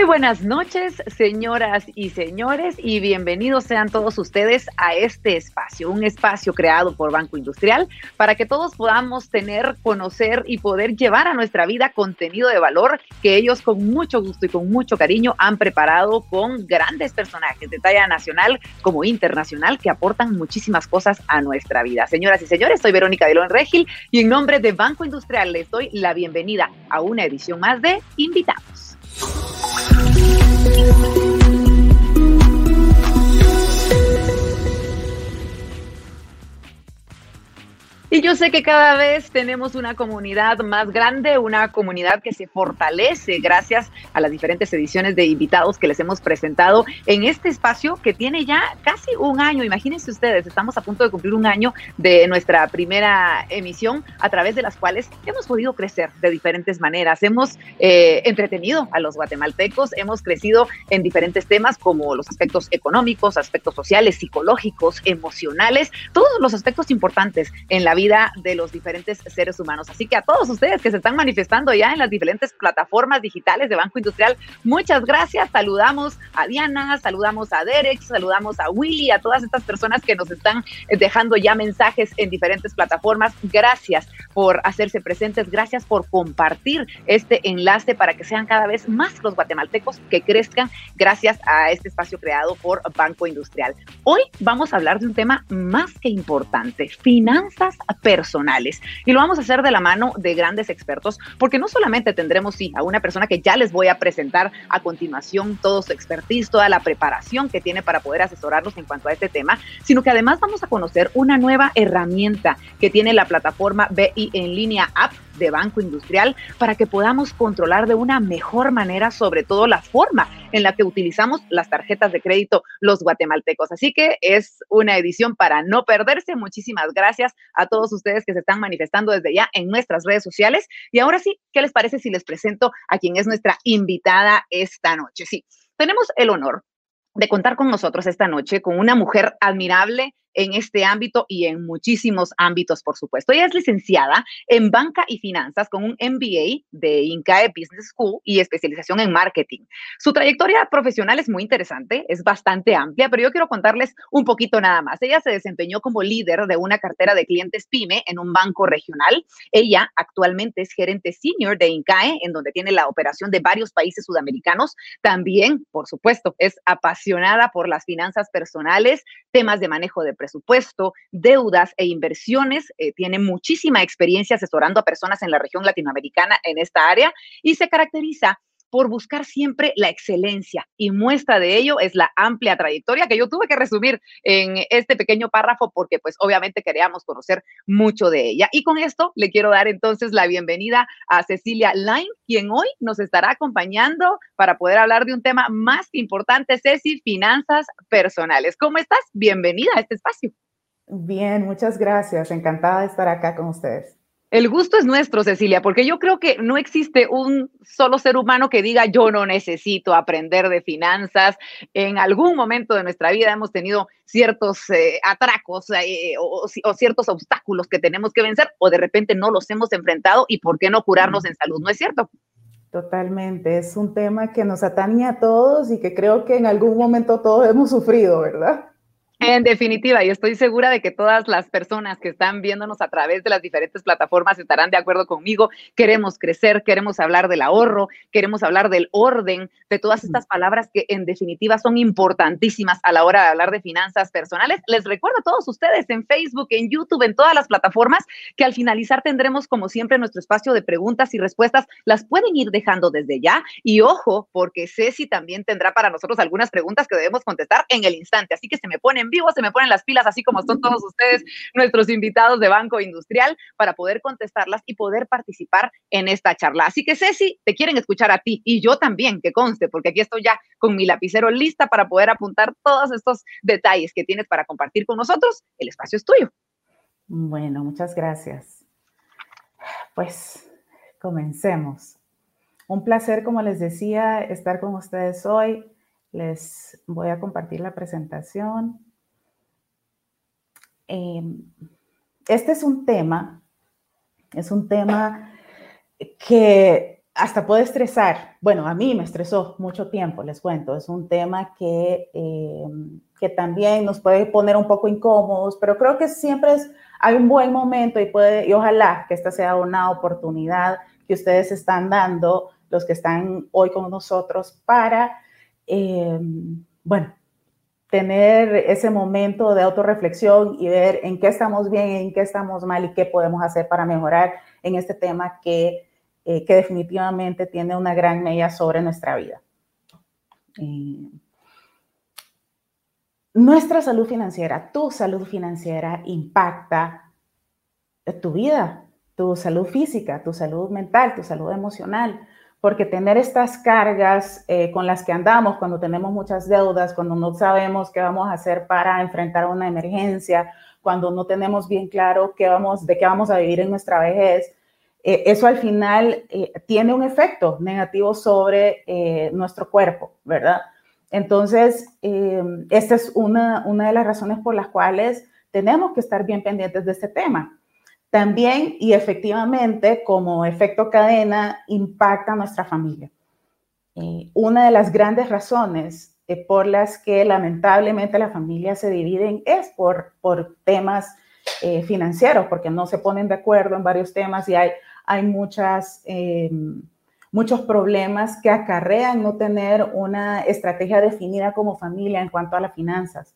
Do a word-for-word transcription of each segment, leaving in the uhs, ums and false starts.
Muy buenas noches, señoras y señores, y bienvenidos sean todos ustedes a este espacio, un espacio creado por Banco Industrial para que todos podamos tener, conocer y poder llevar a nuestra vida contenido de valor que ellos con mucho gusto y con mucho cariño han preparado con grandes personajes de talla nacional como internacional que aportan muchísimas cosas a nuestra vida. Señoras y señores, soy Verónica de León Regil y en nombre de Banco Industrial les doy la bienvenida a una edición más de Invitados. Y yo sé que cada vez tenemos una comunidad más grande, una comunidad que se fortalece gracias a las diferentes ediciones de invitados que les hemos presentado en este espacio que tiene ya casi un año. Imagínense ustedes, estamos a punto de cumplir un año de nuestra primera emisión, a través de las cuales hemos podido crecer de diferentes maneras. Hemos eh, entretenido a los guatemaltecos, hemos crecido en diferentes temas como los aspectos económicos, aspectos sociales, psicológicos, emocionales, todos los aspectos importantes en la vida vida de los diferentes seres humanos. Así que a todos ustedes que se están manifestando ya en las diferentes plataformas digitales de Banco Industrial, muchas gracias. Saludamos a Diana, saludamos a Derek, saludamos a Willy, a todas estas personas que nos están dejando ya mensajes en diferentes plataformas. Gracias por hacerse presentes, gracias por compartir este enlace para que sean cada vez más los guatemaltecos que crezcan gracias a este espacio creado por Banco Industrial. Hoy vamos a hablar de un tema más que importante: finanzas personales, y lo vamos a hacer de la mano de grandes expertos, porque no solamente tendremos sí a una persona que ya les voy a presentar a continuación todo su expertise, toda la preparación que tiene para poder asesorarnos en cuanto a este tema, sino que además vamos a conocer una nueva herramienta que tiene la plataforma B I en línea App de Banco Industrial para que podamos controlar de una mejor manera sobre todo la forma en la que utilizamos las tarjetas de crédito los guatemaltecos. Así que es una edición para no perderse. Muchísimas gracias a todos ustedes que se están manifestando desde ya en nuestras redes sociales. Y ahora sí, ¿qué les parece si les presento a quien es nuestra invitada esta noche? Sí, tenemos el honor de contar con nosotros esta noche con una mujer admirable en este ámbito y en muchísimos ámbitos, por supuesto. Ella es licenciada en Banca y Finanzas con un M B A de INCAE Business School y especialización en Marketing. Su trayectoria profesional es muy interesante, es bastante amplia, pero yo quiero contarles un poquito nada más. Ella se desempeñó como líder de una cartera de clientes PYME en un banco regional. Ella actualmente es gerente senior de INCAE, en donde tiene la operación de varios países sudamericanos. También, por supuesto, es apasionada por las finanzas personales, temas de manejo de presupuesto, deudas e inversiones. Eh, tiene muchísima experiencia asesorando a personas en la región latinoamericana en esta área y se caracteriza por buscar siempre la excelencia, y muestra de ello es la amplia trayectoria que yo tuve que resumir en este pequeño párrafo porque pues obviamente queríamos conocer mucho de ella. Y con esto le quiero dar entonces la bienvenida a Cecilia Line, quien hoy nos estará acompañando para poder hablar de un tema más importante. Ceci, finanzas personales. ¿Cómo estás? Bienvenida a este espacio. Bien, muchas gracias. Encantada de estar acá con ustedes. El gusto es nuestro, Cecilia, porque yo creo que no existe un solo ser humano que diga yo no necesito aprender de finanzas. En algún momento de nuestra vida hemos tenido ciertos eh, atracos eh, o, o ciertos obstáculos que tenemos que vencer, o de repente no los hemos enfrentado, y por qué no curarnos en salud, ¿no es cierto? Totalmente, es un tema que nos atañe a todos y que creo que en algún momento todos hemos sufrido, ¿verdad? En definitiva, y estoy segura de que todas las personas que están viéndonos a través de las diferentes plataformas estarán de acuerdo conmigo. Queremos crecer, queremos hablar del ahorro, queremos hablar del orden, de todas estas palabras que en definitiva son importantísimas a la hora de hablar de finanzas personales. Les recuerdo a todos ustedes en Facebook, en YouTube, en todas las plataformas, que al finalizar tendremos como siempre nuestro espacio de preguntas y respuestas. Las pueden ir dejando desde ya, y ojo, porque Ceci también tendrá para nosotros algunas preguntas que debemos contestar en el instante, así que se me ponen vivo, se me ponen las pilas, así como son todos ustedes, nuestros invitados de Banco Industrial, para poder contestarlas y poder participar en esta charla. Así que, Ceci, te quieren escuchar a ti, y yo también, que conste, porque aquí estoy ya con mi lapicero lista para poder apuntar todos estos detalles que tienes para compartir con nosotros. El espacio es tuyo. Bueno, muchas gracias. Pues, comencemos. Un placer, como les decía, estar con ustedes hoy. Les voy a compartir la presentación. Este es un tema, es un tema que hasta puede estresar. Bueno, a mí me estresó mucho tiempo, les cuento. Es un tema que, eh, que también nos puede poner un poco incómodos, pero creo que siempre es, hay un buen momento y, puede, y ojalá que esta sea una oportunidad que ustedes están dando, los que están hoy con nosotros, para, eh, bueno, tener ese momento de autorreflexión y ver en qué estamos bien, en qué estamos mal y qué podemos hacer para mejorar en este tema que Eh, que definitivamente tiene una gran mella sobre nuestra vida. Eh, nuestra salud financiera, tu salud financiera impacta tu vida, tu salud física, tu salud mental, tu salud emocional, porque tener estas cargas eh, con las que andamos cuando tenemos muchas deudas, cuando no sabemos qué vamos a hacer para enfrentar una emergencia, cuando no tenemos bien claro qué vamos, de qué vamos a vivir en nuestra vejez, Eh, eso al final eh, tiene un efecto negativo sobre eh, nuestro cuerpo, ¿verdad? Entonces, eh, esta es una, una de las razones por las cuales tenemos que estar bien pendientes de este tema. También, y efectivamente, como efecto cadena, impacta a nuestra familia. Eh, una de las grandes razones eh, por las que lamentablemente las familias se dividen es por, por temas eh, financieros, porque no se ponen de acuerdo en varios temas y hay hay muchas, eh, muchos problemas que acarrean no tener una estrategia definida como familia en cuanto a las finanzas.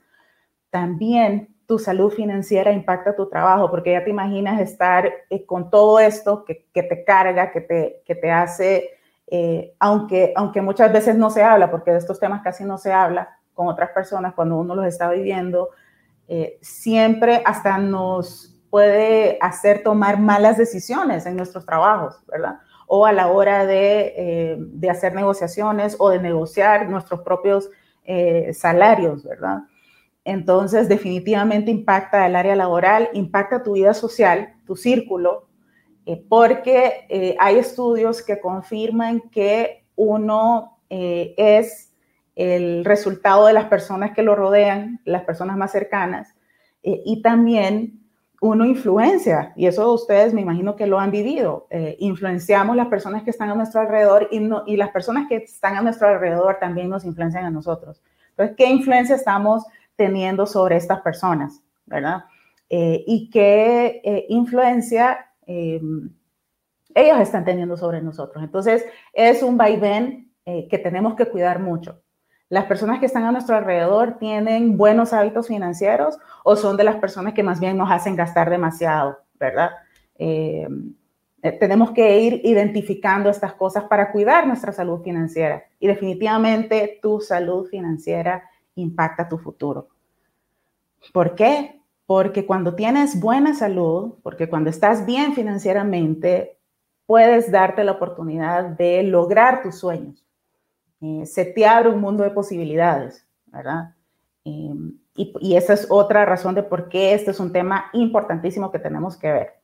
También tu salud financiera impacta tu trabajo, porque ya te imaginas estar eh, con todo esto que, que te carga, que te, que te hace, eh, aunque, aunque muchas veces no se habla, porque de estos temas casi no se habla con otras personas cuando uno los está viviendo, eh, siempre hasta nos puede hacer tomar malas decisiones en nuestros trabajos, ¿verdad? O a la hora de, eh, de hacer negociaciones o de negociar nuestros propios eh, salarios, ¿verdad? Entonces, definitivamente impacta el área laboral, impacta tu vida social, tu círculo, eh, porque eh, hay estudios que confirman que uno eh, es el resultado de las personas que lo rodean, las personas más cercanas, eh, y también uno influencia, y eso ustedes me imagino que lo han vivido, eh, influenciamos las personas que están a nuestro alrededor y, no, y las personas que están a nuestro alrededor también nos influencian a nosotros. Entonces, ¿qué influencia estamos teniendo sobre estas personas, verdad? Eh, y qué eh, influencia eh, ellos están teniendo sobre nosotros. Entonces, es un vaivén eh, que tenemos que cuidar mucho. ¿Las personas que están a nuestro alrededor tienen buenos hábitos financieros o son de las personas que más bien nos hacen gastar demasiado, verdad? Eh, eh, tenemos que ir identificando estas cosas para cuidar nuestra salud financiera. Y definitivamente tu salud financiera impacta tu futuro. ¿Por qué? Porque cuando tienes buena salud, porque cuando estás bien financieramente, puedes darte la oportunidad de lograr tus sueños. Eh, se te abre un mundo de posibilidades, ¿verdad? Eh, y, y esa es otra razón de por qué este es un tema importantísimo que tenemos que ver.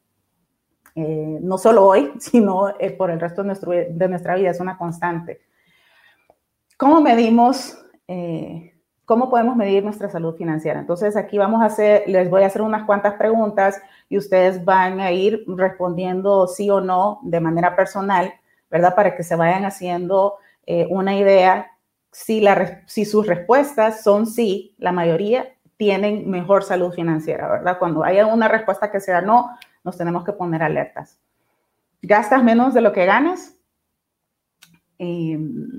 Eh, no solo hoy, sino eh, por el resto de, nuestro, de nuestra vida, es una constante. ¿Cómo medimos, eh, cómo podemos medir nuestra salud financiera? Entonces aquí vamos a hacer, les voy a hacer unas cuantas preguntas y ustedes van a ir respondiendo sí o no de manera personal, ¿verdad? Para que se vayan haciendo Eh, una idea, si, la, si sus respuestas son sí, la mayoría tienen mejor salud financiera, ¿verdad? Cuando haya una respuesta que sea no, nos tenemos que poner alertas. ¿Gastas menos de lo que ganas? Eh,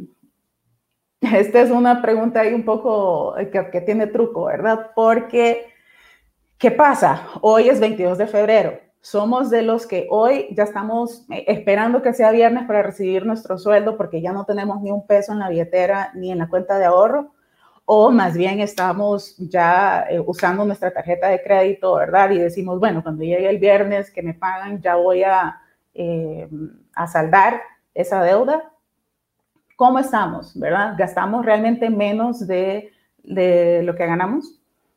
esta es una pregunta ahí un poco que, que tiene truco, ¿verdad? Porque, ¿qué pasa? Hoy es veintidós de febrero. Somos de los que hoy ya estamos esperando que sea viernes para recibir nuestro sueldo porque ya no tenemos ni un peso en la billetera ni en la cuenta de ahorro, o más bien estamos ya eh, usando nuestra tarjeta de crédito, ¿verdad? Y decimos, bueno, cuando llegue el viernes que me pagan ya voy a, eh, a saldar esa deuda. ¿Cómo estamos, verdad? ¿Gastamos realmente menos de, de lo que ganamos?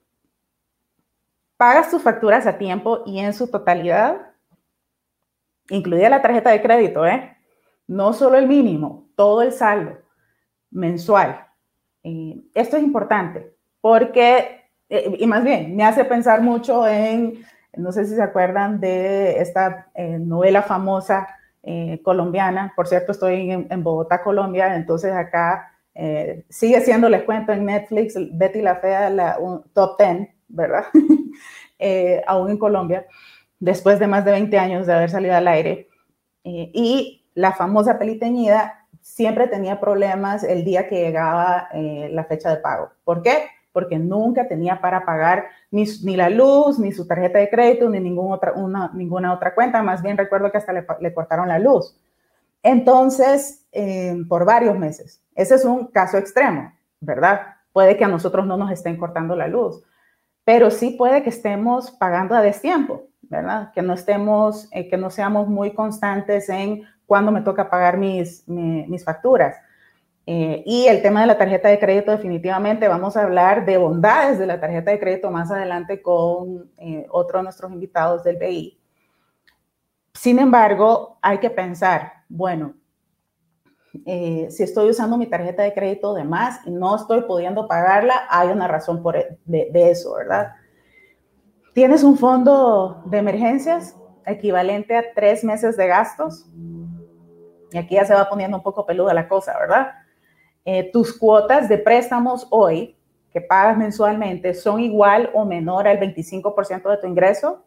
¿Pagas tus facturas a tiempo y en su totalidad? Incluida la tarjeta de crédito, ¿eh? No solo el mínimo, todo el saldo mensual. Eh, esto es importante porque, eh, y más bien, me hace pensar mucho en, no sé si se acuerdan de esta eh, novela famosa eh, colombiana. Por cierto, estoy en, en Bogotá, Colombia, entonces acá eh, sigue siendo, les cuento, en Netflix, Betty la Fea, la, un top diez, ¿verdad? eh, aún en Colombia, después de más de veinte años de haber salido al aire. Eh, y la famosa Peli Teñida siempre tenía problemas el día que llegaba eh, la fecha de pago. ¿Por qué? Porque nunca tenía para pagar ni, ni la luz, ni su tarjeta de crédito, ni ningún otra, una, ninguna otra cuenta. Más bien recuerdo que hasta le, le cortaron la luz. Entonces, eh, por varios meses. Ese es un caso extremo, ¿verdad? Puede que a nosotros no nos estén cortando la luz, pero sí puede que estemos pagando a destiempo, ¿verdad? Que no estemos, eh, que no seamos muy constantes en cuándo me toca pagar mis, mi, mis facturas. Eh, y el tema de la tarjeta de crédito, definitivamente vamos a hablar de bondades de la tarjeta de crédito más adelante con eh, otro de nuestros invitados del B I. Sin embargo, hay que pensar, bueno, eh, si estoy usando mi tarjeta de crédito de más y no estoy pudiendo pagarla, hay una razón por, de, de eso, ¿verdad? ¿Tienes un fondo de emergencias equivalente a tres meses de gastos? Y aquí ya se va poniendo un poco peluda la cosa, ¿verdad? Eh, tus cuotas de préstamos hoy, que pagas mensualmente, son igual o menor al veinticinco por ciento de tu ingreso.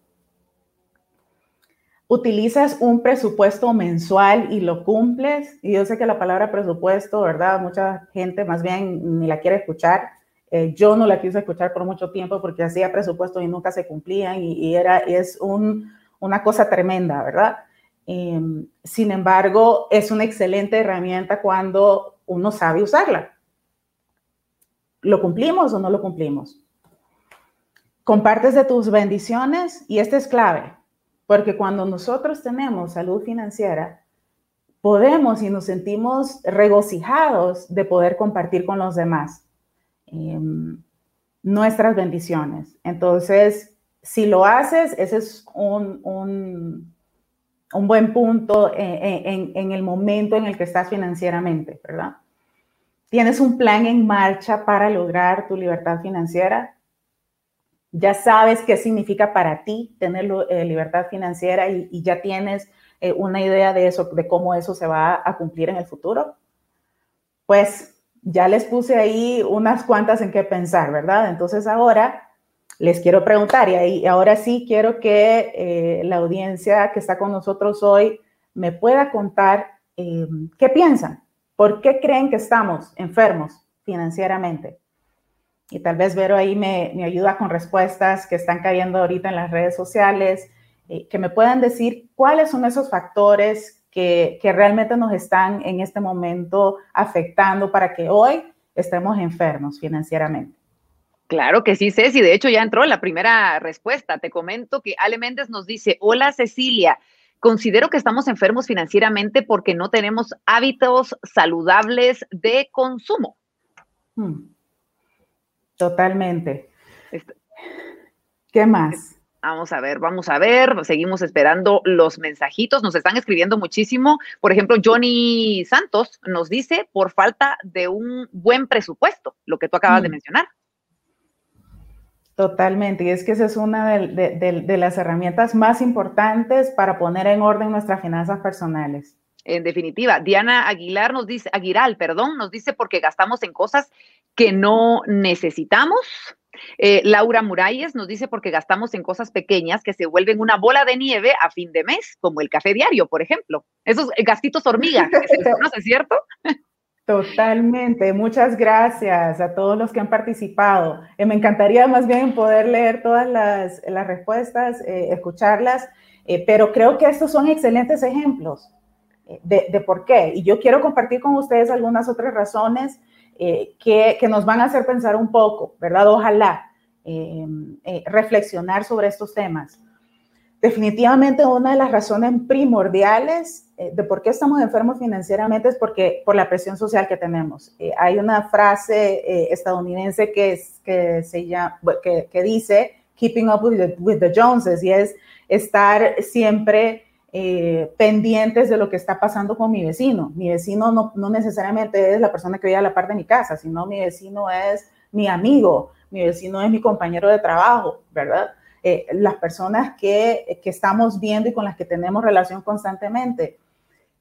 Utilizas un presupuesto mensual y lo cumples. Y yo sé que la palabra presupuesto, ¿verdad? Mucha gente más bien ni la quiere escuchar. Eh, yo no la quise escuchar por mucho tiempo porque hacía presupuestos y nunca se cumplían y, y era, es un, una cosa tremenda, ¿verdad? Eh, sin embargo, es una excelente herramienta cuando uno sabe usarla. ¿Lo cumplimos o no lo cumplimos? Compartes de tus bendiciones y esta es clave, porque cuando nosotros tenemos salud financiera, podemos y nos sentimos regocijados de poder compartir con los demás eh, nuestras bendiciones. Entonces, si lo haces, ese es un, un, un buen punto en, en, en el momento en el que estás financieramente, ¿verdad? ¿Tienes un plan en marcha para lograr tu libertad financiera? Ya sabes qué significa para ti tener eh, libertad financiera y, y ya tienes eh, una idea de eso, de cómo eso se va a cumplir en el futuro. Pues ya les puse ahí unas cuantas en qué pensar, ¿verdad? Entonces ahora les quiero preguntar y ahí, ahora sí quiero que eh, la audiencia que está con nosotros hoy me pueda contar eh, qué piensan. ¿Por qué creen que estamos enfermos financieramente? Y tal vez Vero ahí me, me ayuda con respuestas que están cayendo ahorita en las redes sociales, eh, que me puedan decir cuáles son esos factores que, que realmente nos están en este momento afectando para que hoy estemos enfermos financieramente. Claro que sí, Ceci. De hecho, ya entró la primera respuesta. Te comento que Ale Méndez nos dice, hola Cecilia, considero que estamos enfermos financieramente porque no tenemos hábitos saludables de consumo. Hmm. Totalmente. ¿Qué más? Vamos a ver, vamos a ver, seguimos esperando los mensajitos, nos están escribiendo muchísimo. Por ejemplo, Johnny Santos nos dice por falta de un buen presupuesto, lo que tú acabas mm. de mencionar. Totalmente, y es que esa es una de, de, de, de las herramientas más importantes para poner en orden nuestras finanzas personales. En definitiva, Diana Aguilar nos dice, Aguiral, perdón, nos dice porque gastamos en cosas que no necesitamos. Eh, Laura Muralles nos dice porque gastamos en cosas pequeñas que se vuelven una bola de nieve a fin de mes, como el café diario, por ejemplo. Esos gastitos hormiga, que se les conoce, ¿cierto? Totalmente. Muchas gracias a todos los que han participado. Eh, me encantaría más bien poder leer todas las, las respuestas, eh, escucharlas, eh, pero creo que estos son excelentes ejemplos de, de por qué. Y yo quiero compartir con ustedes algunas otras razones Eh, que, que nos van a hacer pensar un poco, ¿verdad? Ojalá eh, eh, reflexionar sobre estos temas. Definitivamente una de las razones primordiales eh, de por qué estamos enfermos financieramente es porque, por la presión social que tenemos. Eh, hay una frase eh, estadounidense que, es, que, se llama, que, que dice keeping up with the, with the Joneses, y es estar siempre Eh, pendientes de lo que está pasando con mi vecino. Mi vecino no, no necesariamente es la persona que vive a la par de mi casa, sino mi vecino es mi amigo, mi vecino es mi compañero de trabajo, ¿verdad? Eh, las personas que, que estamos viendo y con las que tenemos relación constantemente.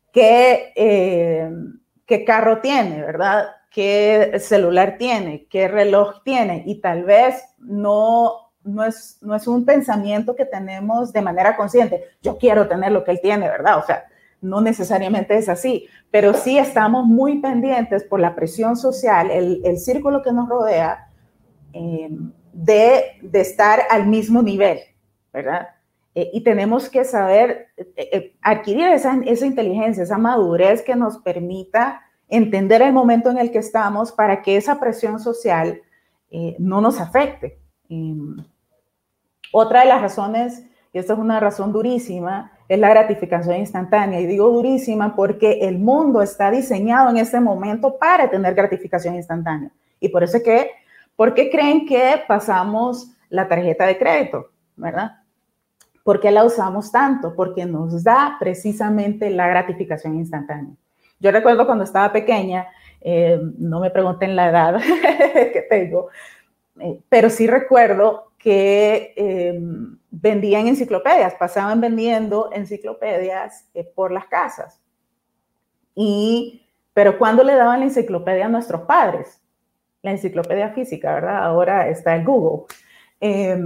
qué, eh, qué carro tiene, ¿verdad? Qué celular tiene, qué reloj tiene, y tal vez no, no, es, no es un pensamiento que tenemos de manera consciente. Yo quiero tener lo que él tiene, ¿verdad? O sea, no necesariamente es así, pero sí estamos muy pendientes por la presión social, el, el círculo que nos rodea, eh, de, de estar al mismo nivel, ¿verdad? Eh, y tenemos que saber eh, eh, adquirir esa, esa inteligencia, esa madurez que nos permita entender el momento en el que estamos para que esa presión social eh, no nos afecte. Eh, otra de las razones, y esta es una razón durísima, es la gratificación instantánea. Y digo durísima porque el mundo está diseñado en este momento para tener gratificación instantánea. Y por eso es que, ¿por qué creen que pasamos la tarjeta de crédito? ¿Verdad? ¿Por qué la usamos tanto? Porque nos da precisamente la gratificación instantánea. Yo recuerdo cuando estaba pequeña, eh, no me pregunten la edad que tengo, eh, pero sí recuerdo que eh, vendían enciclopedias, pasaban vendiendo enciclopedias eh, por las casas. Y, pero ¿cuándo le daban la enciclopedia a nuestros padres? La enciclopedia física, ¿verdad? Ahora está el Google. Eh,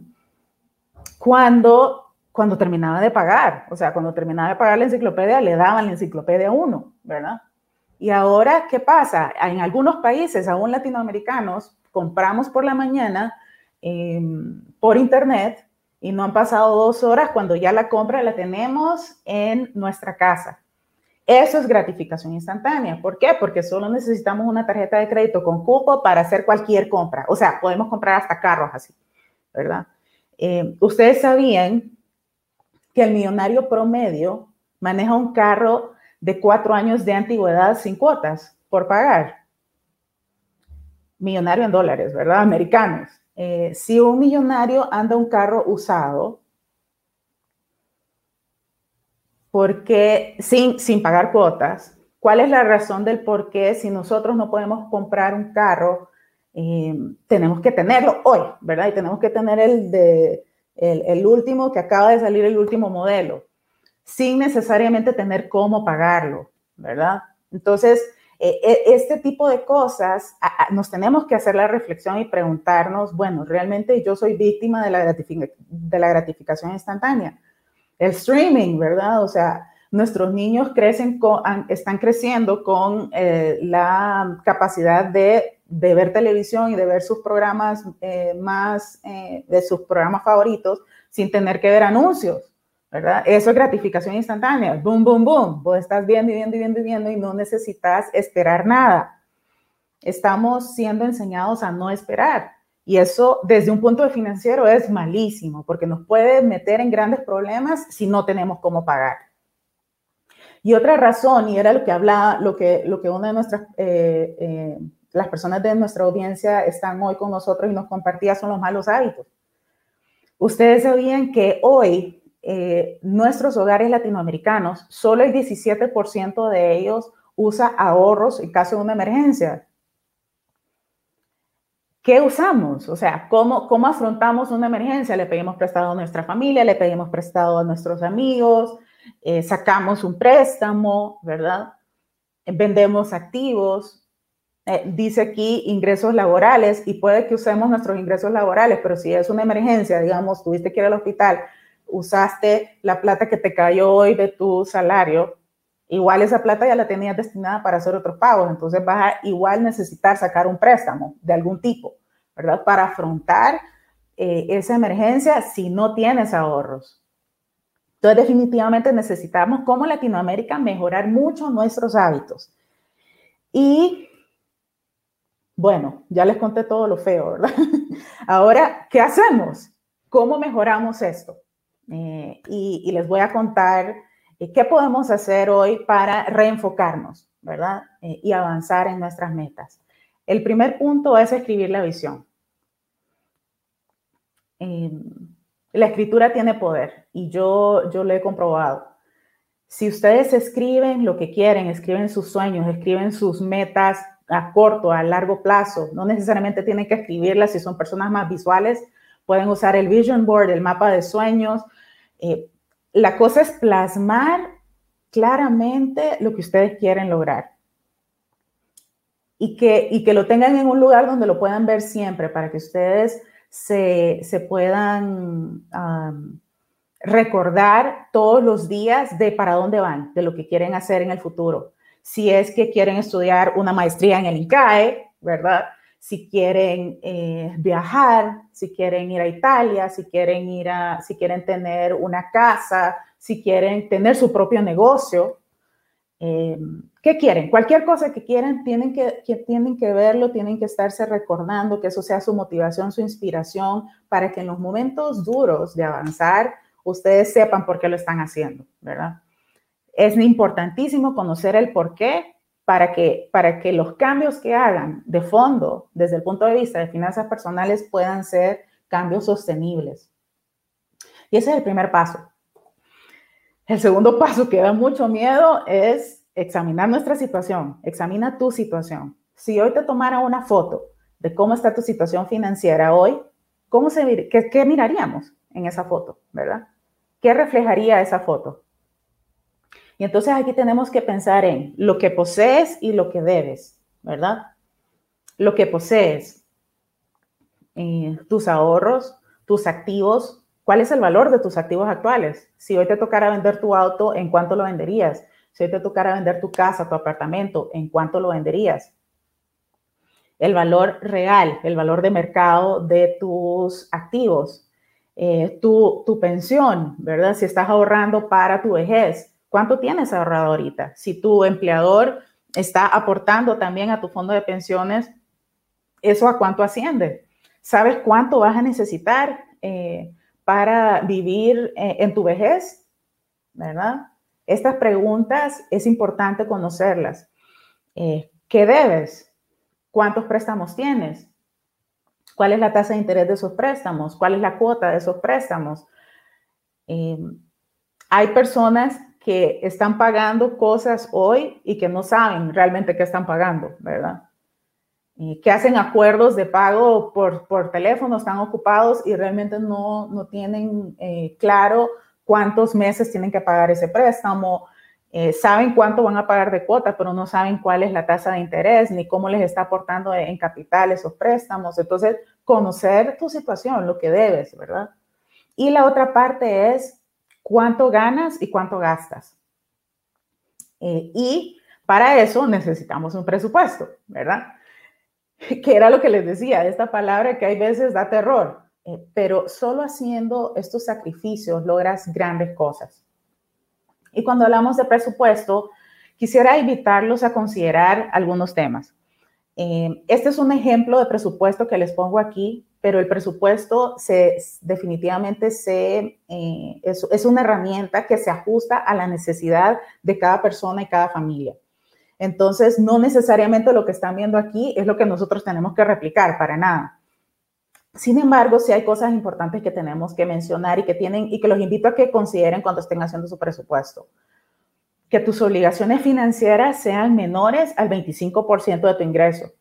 cuando, cuando terminaba de pagar, o sea, cuando terminaba de pagar la enciclopedia, le daban la enciclopedia a uno, ¿verdad? Y ahora, ¿qué pasa? En algunos países, aún latinoamericanos, compramos por la mañana eh, por internet y no han pasado dos horas cuando ya la compra la tenemos en nuestra casa. Eso es gratificación instantánea. ¿Por qué? Porque solo necesitamos una tarjeta de crédito con cupo para hacer cualquier compra. O sea, podemos comprar hasta carros así, ¿verdad? Eh, Ustedes sabían que el millonario promedio maneja un carro de cuatro años de antigüedad sin cuotas por pagar. Millonario en dólares, ¿verdad? Americanos. Eh, si un millonario anda un carro usado, porque sin, sin pagar cuotas, ¿cuál es la razón del por qué si nosotros no podemos comprar un carro, eh, tenemos que tenerlo hoy, ¿verdad? Y tenemos que tener el, de, el, el último que acaba de salir, el último modelo, sin necesariamente tener cómo pagarlo, ¿verdad? Entonces, eh, este tipo de cosas, a, a, nos tenemos que hacer la reflexión y preguntarnos, bueno, ¿realmente yo soy víctima de la, gratific de la gratificación instantánea? El streaming, ¿verdad? O sea, nuestros niños crecen con, están creciendo con eh, la capacidad de, de ver televisión y de ver sus programas eh, más, eh, de sus programas favoritos sin tener que ver anuncios, ¿verdad? Eso es gratificación instantánea. Boom, boom, boom. Vos estás viendo y viendo y viendo y viendo y no necesitas esperar nada. Estamos siendo enseñados a no esperar. Y eso, desde un punto de financiero, es malísimo, porque nos puede meter en grandes problemas si no tenemos cómo pagar. Y otra razón, y era lo que hablaba, lo que, lo que una de nuestras, eh, eh, las personas de nuestra audiencia están hoy con nosotros y nos compartía, son los malos hábitos. Ustedes sabían que hoy eh, nuestros hogares latinoamericanos, solo el diecisiete por ciento de ellos usa ahorros en caso de una emergencia. ¿Qué usamos? O sea, ¿cómo, ¿cómo afrontamos una emergencia? Le pedimos prestado a nuestra familia, le pedimos prestado a nuestros amigos, eh, sacamos un préstamo, ¿verdad? Vendemos activos. Eh, dice aquí ingresos laborales y puede que usemos nuestros ingresos laborales, pero si es una emergencia, digamos, tuviste que ir al hospital, usaste la plata que te cayó hoy de tu salario, igual esa plata ya la tenías destinada para hacer otros pagos, entonces vas a igual necesitar sacar un préstamo de algún tipo, ¿verdad? Para afrontar eh, esa emergencia si no tienes ahorros. Entonces definitivamente necesitamos como Latinoamérica mejorar mucho nuestros hábitos. Y bueno, ya les conté todo lo feo, ¿verdad? Ahora, ¿qué hacemos? ¿Cómo mejoramos esto? Eh, y, y les voy a contar ¿qué podemos hacer hoy para reenfocarnos, ¿verdad? Eh, y avanzar en nuestras metas. El primer punto es escribir la visión. Eh, la escritura tiene poder y yo, yo lo he comprobado. Si ustedes escriben lo que quieren, escriben sus sueños, escriben sus metas a corto, a largo plazo, no necesariamente tienen que escribirlas. Si son personas más visuales, pueden usar el vision board, el mapa de sueños. Eh, La cosa es plasmar claramente lo que ustedes quieren lograr. Y que, y que lo tengan en un lugar donde lo puedan ver siempre para que ustedes se, se puedan um, recordar todos los días de para dónde van, de lo que quieren hacer en el futuro. Si es que quieren estudiar una maestría en el INCAE, ¿verdad? Si quieren eh, viajar, si quieren ir a Italia, si quieren, ir a, si quieren tener una casa, si quieren tener su propio negocio. Eh, ¿Qué quieren? Cualquier cosa que quieran, tienen que, que, tienen que verlo, tienen que estarse recordando que eso sea su motivación, su inspiración, para que en los momentos duros de avanzar, ustedes sepan por qué lo están haciendo, ¿verdad? Es importantísimo conocer el por qué para que, para que los cambios que hagan de fondo, desde el punto de vista de finanzas personales, puedan ser cambios sostenibles. Y ese es el primer paso. El segundo paso, que da mucho miedo, es examinar nuestra situación. Examina tu situación. Si hoy te tomara una foto de cómo está tu situación financiera hoy, ¿cómo se, qué, qué miraríamos en esa foto, verdad? ¿Qué reflejaría esa foto? Y entonces aquí tenemos que pensar en lo que posees y lo que debes, ¿verdad? Lo que posees, eh, tus ahorros, tus activos. ¿Cuál es el valor de tus activos actuales? Si hoy te tocara vender tu auto, ¿en cuánto lo venderías? Si hoy te tocara vender tu casa, tu apartamento, ¿en cuánto lo venderías? El valor real, el valor de mercado de tus activos, eh, tu, tu pensión, ¿verdad? Si estás ahorrando para tu vejez, ¿cuánto tienes ahorrado ahorita? Si tu empleador está aportando también a tu fondo de pensiones, ¿eso a cuánto asciende? ¿Sabes cuánto vas a necesitar eh, para vivir eh, en tu vejez? ¿Verdad? Estas preguntas es importante conocerlas. Eh, ¿Qué debes? ¿Cuántos préstamos tienes? ¿Cuál es la tasa de interés de esos préstamos? ¿Cuál es la cuota de esos préstamos? Eh, hay personas que están pagando cosas hoy y que no saben realmente qué están pagando, ¿verdad? Eh, que hacen acuerdos de pago por, por teléfono, están ocupados y realmente no, no tienen eh, claro cuántos meses tienen que pagar ese préstamo. Eh, saben cuánto van a pagar de cuota, pero no saben cuál es la tasa de interés ni cómo les está aportando en capital esos préstamos. Entonces, conocer tu situación, lo que debes, ¿verdad? Y la otra parte es cuánto ganas y cuánto gastas. Eh, y para eso necesitamos un presupuesto, ¿verdad? Que era lo que les decía, esta palabra que hay veces da terror, eh, pero solo haciendo estos sacrificios logras grandes cosas. Y cuando hablamos de presupuesto, quisiera invitarlos a considerar algunos temas. Eh, este es un ejemplo de presupuesto que les pongo aquí, pero el presupuesto se, definitivamente se, eh, es, es una herramienta que se ajusta a la necesidad de cada persona y cada familia. Entonces, no necesariamente lo que están viendo aquí es lo que nosotros tenemos que replicar, para nada. Sin embargo, sí hay cosas importantes que tenemos que mencionar y que, tienen, y que los invito a que consideren cuando estén haciendo su presupuesto. Que tus obligaciones financieras sean menores al veinticinco por ciento de tu ingreso.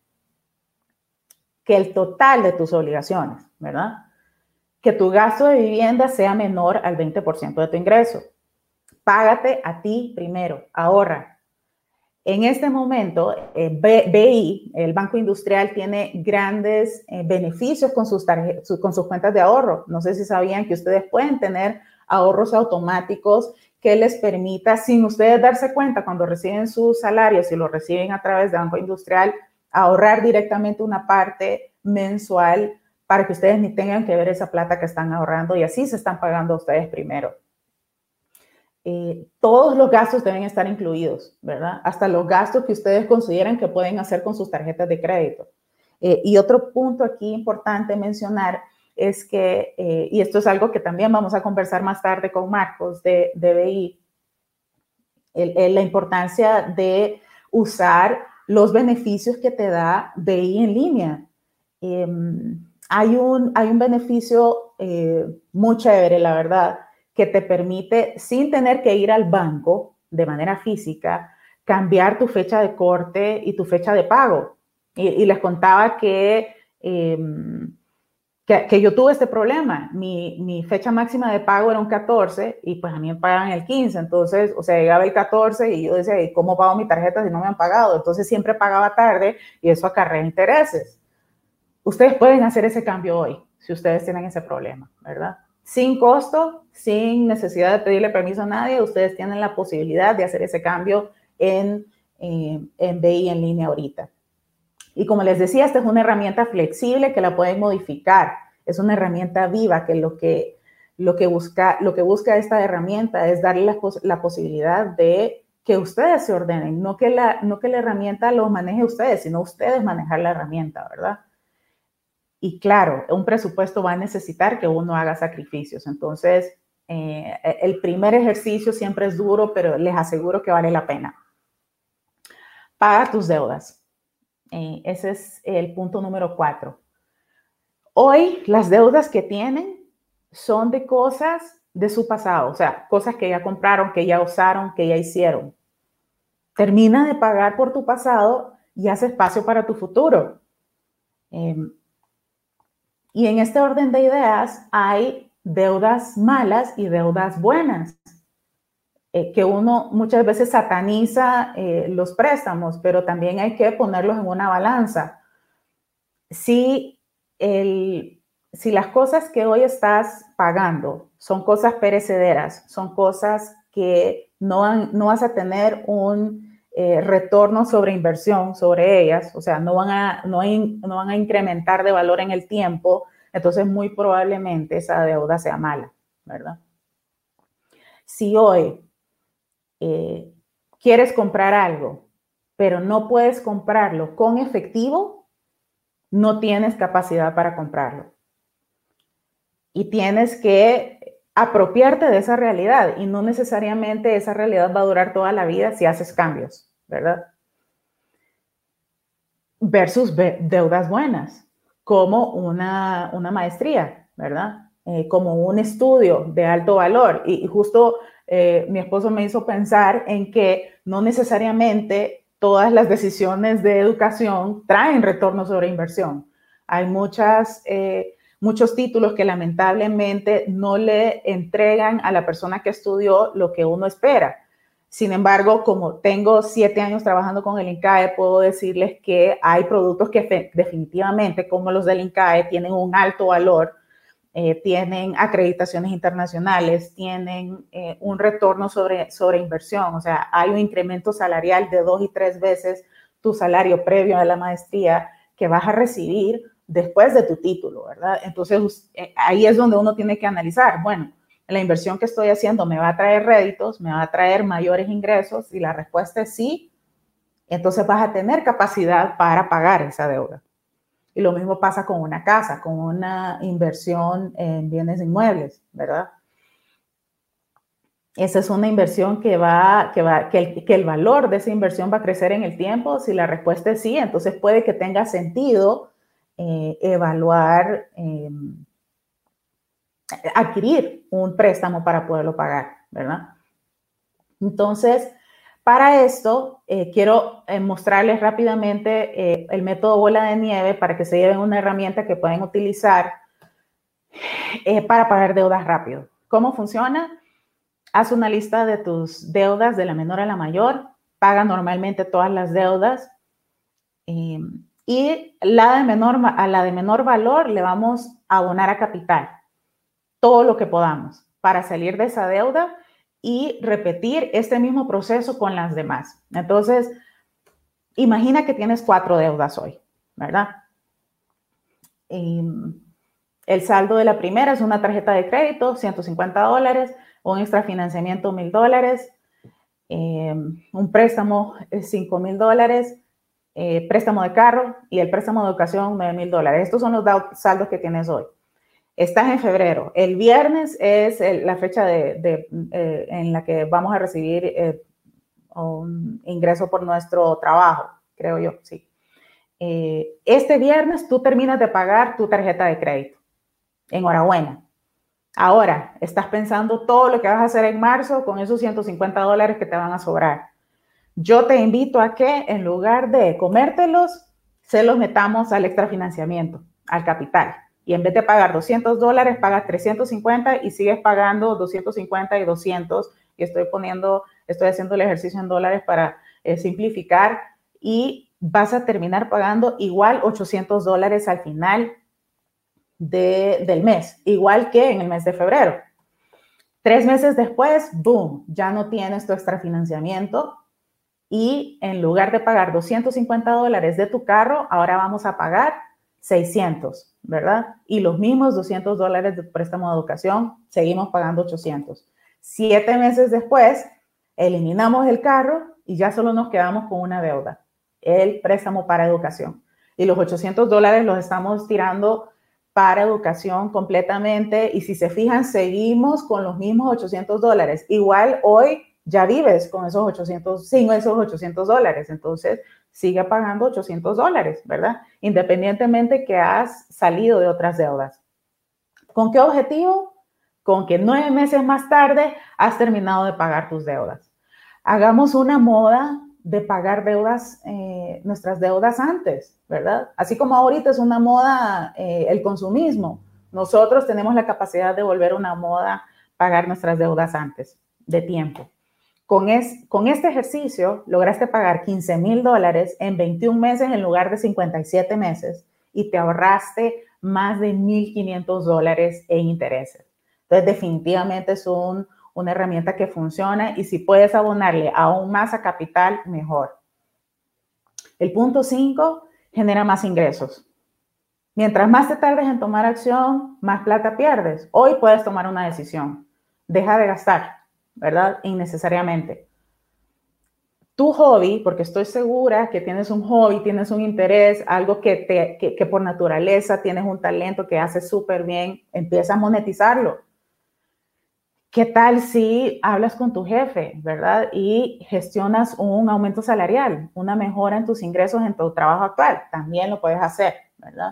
Que el total de tus obligaciones, ¿verdad? Que tu gasto de vivienda sea menor al veinte por ciento de tu ingreso. Págate a ti primero, ahorra. En este momento, eh, B I, el Banco Industrial, tiene grandes eh, beneficios con sus, su, con sus cuentas de ahorro. No sé si sabían que ustedes pueden tener ahorros automáticos que les permita, sin ustedes darse cuenta, cuando reciben sus salarios, si lo reciben a través de Banco Industrial, ahorrar directamente una parte mensual para que ustedes ni tengan que ver esa plata que están ahorrando y así se están pagando a ustedes primero. Eh, todos los gastos deben estar incluidos, ¿verdad? Hasta los gastos que ustedes consideran que pueden hacer con sus tarjetas de crédito. Eh, y otro punto aquí importante mencionar es que, eh, y esto es algo que también vamos a conversar más tarde con Marcos de, de B I, el, el, la importancia de usar los beneficios que te da B I en línea. Eh, hay, un, hay un beneficio eh, muy chévere, la verdad, que te permite, sin tener que ir al banco de manera física, cambiar tu fecha de corte y tu fecha de pago. Y, y les contaba que, eh, que, que yo tuve este problema. Mi, mi fecha máxima de pago era un catorce y pues a mí me pagan el quince. Entonces, o sea, llegaba el catorce y yo decía, ¿cómo pago mi tarjeta si no me han pagado? Entonces siempre pagaba tarde y eso acarrea intereses. Ustedes pueden hacer ese cambio hoy si ustedes tienen ese problema, ¿verdad? Sin costo, sin necesidad de pedirle permiso a nadie, ustedes tienen la posibilidad de hacer ese cambio en, eh, en B I en línea ahorita. Y como les decía, esta es una herramienta flexible que la pueden modificar. Es una herramienta viva que lo que, lo que, busca, lo que busca esta herramienta es darle la, la posibilidad de que ustedes se ordenen, no que, la, no que la herramienta lo maneje ustedes, sino ustedes manejar la herramienta, ¿verdad? Y claro, un presupuesto va a necesitar que uno haga sacrificios. Entonces, eh, el primer ejercicio siempre es duro, pero les aseguro que vale la pena. Paga tus deudas. Eh, ese es el punto número cuatro. Hoy, las deudas que tienen son de cosas de su pasado, o sea, cosas que ya compraron, que ya usaron, que ya hicieron. Termina de pagar por tu pasado y haz espacio para tu futuro. Eh, y en este orden de ideas hay deudas malas y deudas buenas. Eh, que uno muchas veces sataniza eh, los préstamos, pero también hay que ponerlos en una balanza. Si, el, si las cosas que hoy estás pagando son cosas perecederas, son cosas que no, han, no vas a tener un eh, retorno sobre inversión sobre ellas, o sea, no van, a, no, in, no van a incrementar de valor en el tiempo, entonces muy probablemente esa deuda sea mala, ¿verdad? Si hoy Eh, quieres comprar algo, pero no puedes comprarlo con efectivo, no tienes capacidad para comprarlo. Y tienes que apropiarte de esa realidad y no necesariamente esa realidad va a durar toda la vida si haces cambios, ¿verdad? Versus deudas buenas, como una, una maestría, ¿verdad? Eh, como un estudio de alto valor. Y, y justo eh, mi esposo me hizo pensar en que no necesariamente todas las decisiones de educación traen retorno sobre inversión. Hay muchas, eh, muchos títulos que lamentablemente no le entregan a la persona que estudió lo que uno espera. Sin embargo, como tengo siete años trabajando con el INCAE, puedo decirles que hay productos que definitivamente, como los del INCAE, tienen un alto valor, eh, tienen acreditaciones internacionales, tienen eh, un retorno sobre, sobre inversión. O sea, hay un incremento salarial de dos y tres veces tu salario previo a la maestría que vas a recibir después de tu título, ¿verdad? Entonces, eh, ahí es donde uno tiene que analizar, bueno, la inversión que estoy haciendo me va a traer réditos, me va a traer mayores ingresos, y la respuesta es sí, entonces vas a tener capacidad para pagar esa deuda. Y lo mismo pasa con una casa, con una inversión en bienes inmuebles, ¿verdad? Esa es una inversión que va, que va, que el, que el valor de esa inversión va a crecer en el tiempo. Si la respuesta es sí, entonces puede que tenga sentido eh, evaluar, eh, adquirir un préstamo para poderlo pagar, ¿verdad? Entonces, para esto, eh, quiero eh, mostrarles rápidamente eh, el método bola de nieve para que se lleven una herramienta que pueden utilizar eh, para pagar deudas rápido. ¿Cómo funciona? Haz una lista de tus deudas de la menor a la mayor, paga normalmente todas las deudas eh, y la de menor, a la de menor valor le vamos a abonar a capital todo lo que podamos para salir de esa deuda y repetir este mismo proceso con las demás. Entonces, imagina que tienes cuatro deudas hoy, ¿verdad? Y el saldo de la primera es una tarjeta de crédito, ciento cincuenta dólares, un extrafinanciamiento, mil dólares, eh, un préstamo, cinco mil dólares, eh, préstamo de carro y el préstamo de educación, nueve mil dólares. Estos son los saldos que tienes hoy. Estás en febrero. El viernes es el, la fecha de, de, eh, en la que vamos a recibir eh, un ingreso por nuestro trabajo, creo yo, sí. Eh, este viernes tú terminas de pagar tu tarjeta de crédito. Enhorabuena. Ahora, estás pensando todo lo que vas a hacer en marzo con esos ciento cincuenta dólares que te van a sobrar. Yo te invito a que en lugar de comértelos, se los metamos al extrafinanciamiento, al capital. y en vez de pagar doscientos dólares, pagas trescientos cincuenta y sigues pagando doscientos cincuenta y doscientos. Y estoy poniendo, estoy haciendo el ejercicio en dólares para eh, simplificar, y vas a terminar pagando igual ochocientos dólares al final de, del mes, igual que en el mes de febrero. Tres meses después, boom, ya no tienes tu extrafinanciamiento, y en lugar de pagar doscientos cincuenta dólares de tu carro, ahora vamos a pagar seiscientos, ¿verdad? Y los mismos doscientos dólares de préstamo de educación, seguimos pagando ochocientos. Siete meses después, eliminamos el carro y ya solo nos quedamos con una deuda, el préstamo para educación. Y los ochocientos dólares los estamos tirando para educación completamente. Y si se fijan, seguimos con los mismos ochocientos dólares. Igual hoy ya vives con esos ochocientos, sin esos ochocientos dólares. Entonces, sigue pagando ochocientos dólares, ¿verdad? Independientemente que has salido de otras deudas. ¿Con qué objetivo? Con que nueve meses más tarde has terminado de pagar tus deudas. Hagamos una moda de pagar deudas, eh, nuestras deudas antes, ¿verdad? Así como ahorita es una moda eh, el consumismo, nosotros tenemos la capacidad de volver una moda pagar nuestras deudas antes, de tiempo. Con, es, con este ejercicio lograste pagar quince mil dólares en veintiún meses en lugar de cincuenta y siete meses, y te ahorraste más de mil quinientos dólares en intereses. Entonces, definitivamente es un, una herramienta que funciona, y si puedes abonarle aún más a capital, mejor. El punto cinco, genera más ingresos. Mientras más te tardes en tomar acción, más plata pierdes. Hoy puedes tomar una decisión. Deja de gastar, ¿verdad? Innecesariamente. Tu hobby, porque estoy segura que tienes un hobby, tienes un interés, algo que, te, que, que por naturaleza tienes un talento que haces súper bien, empieza a monetizarlo. ¿Qué tal si hablas con tu jefe, verdad? Y gestionas un aumento salarial, una mejora en tus ingresos en tu trabajo actual? También lo puedes hacer, ¿verdad?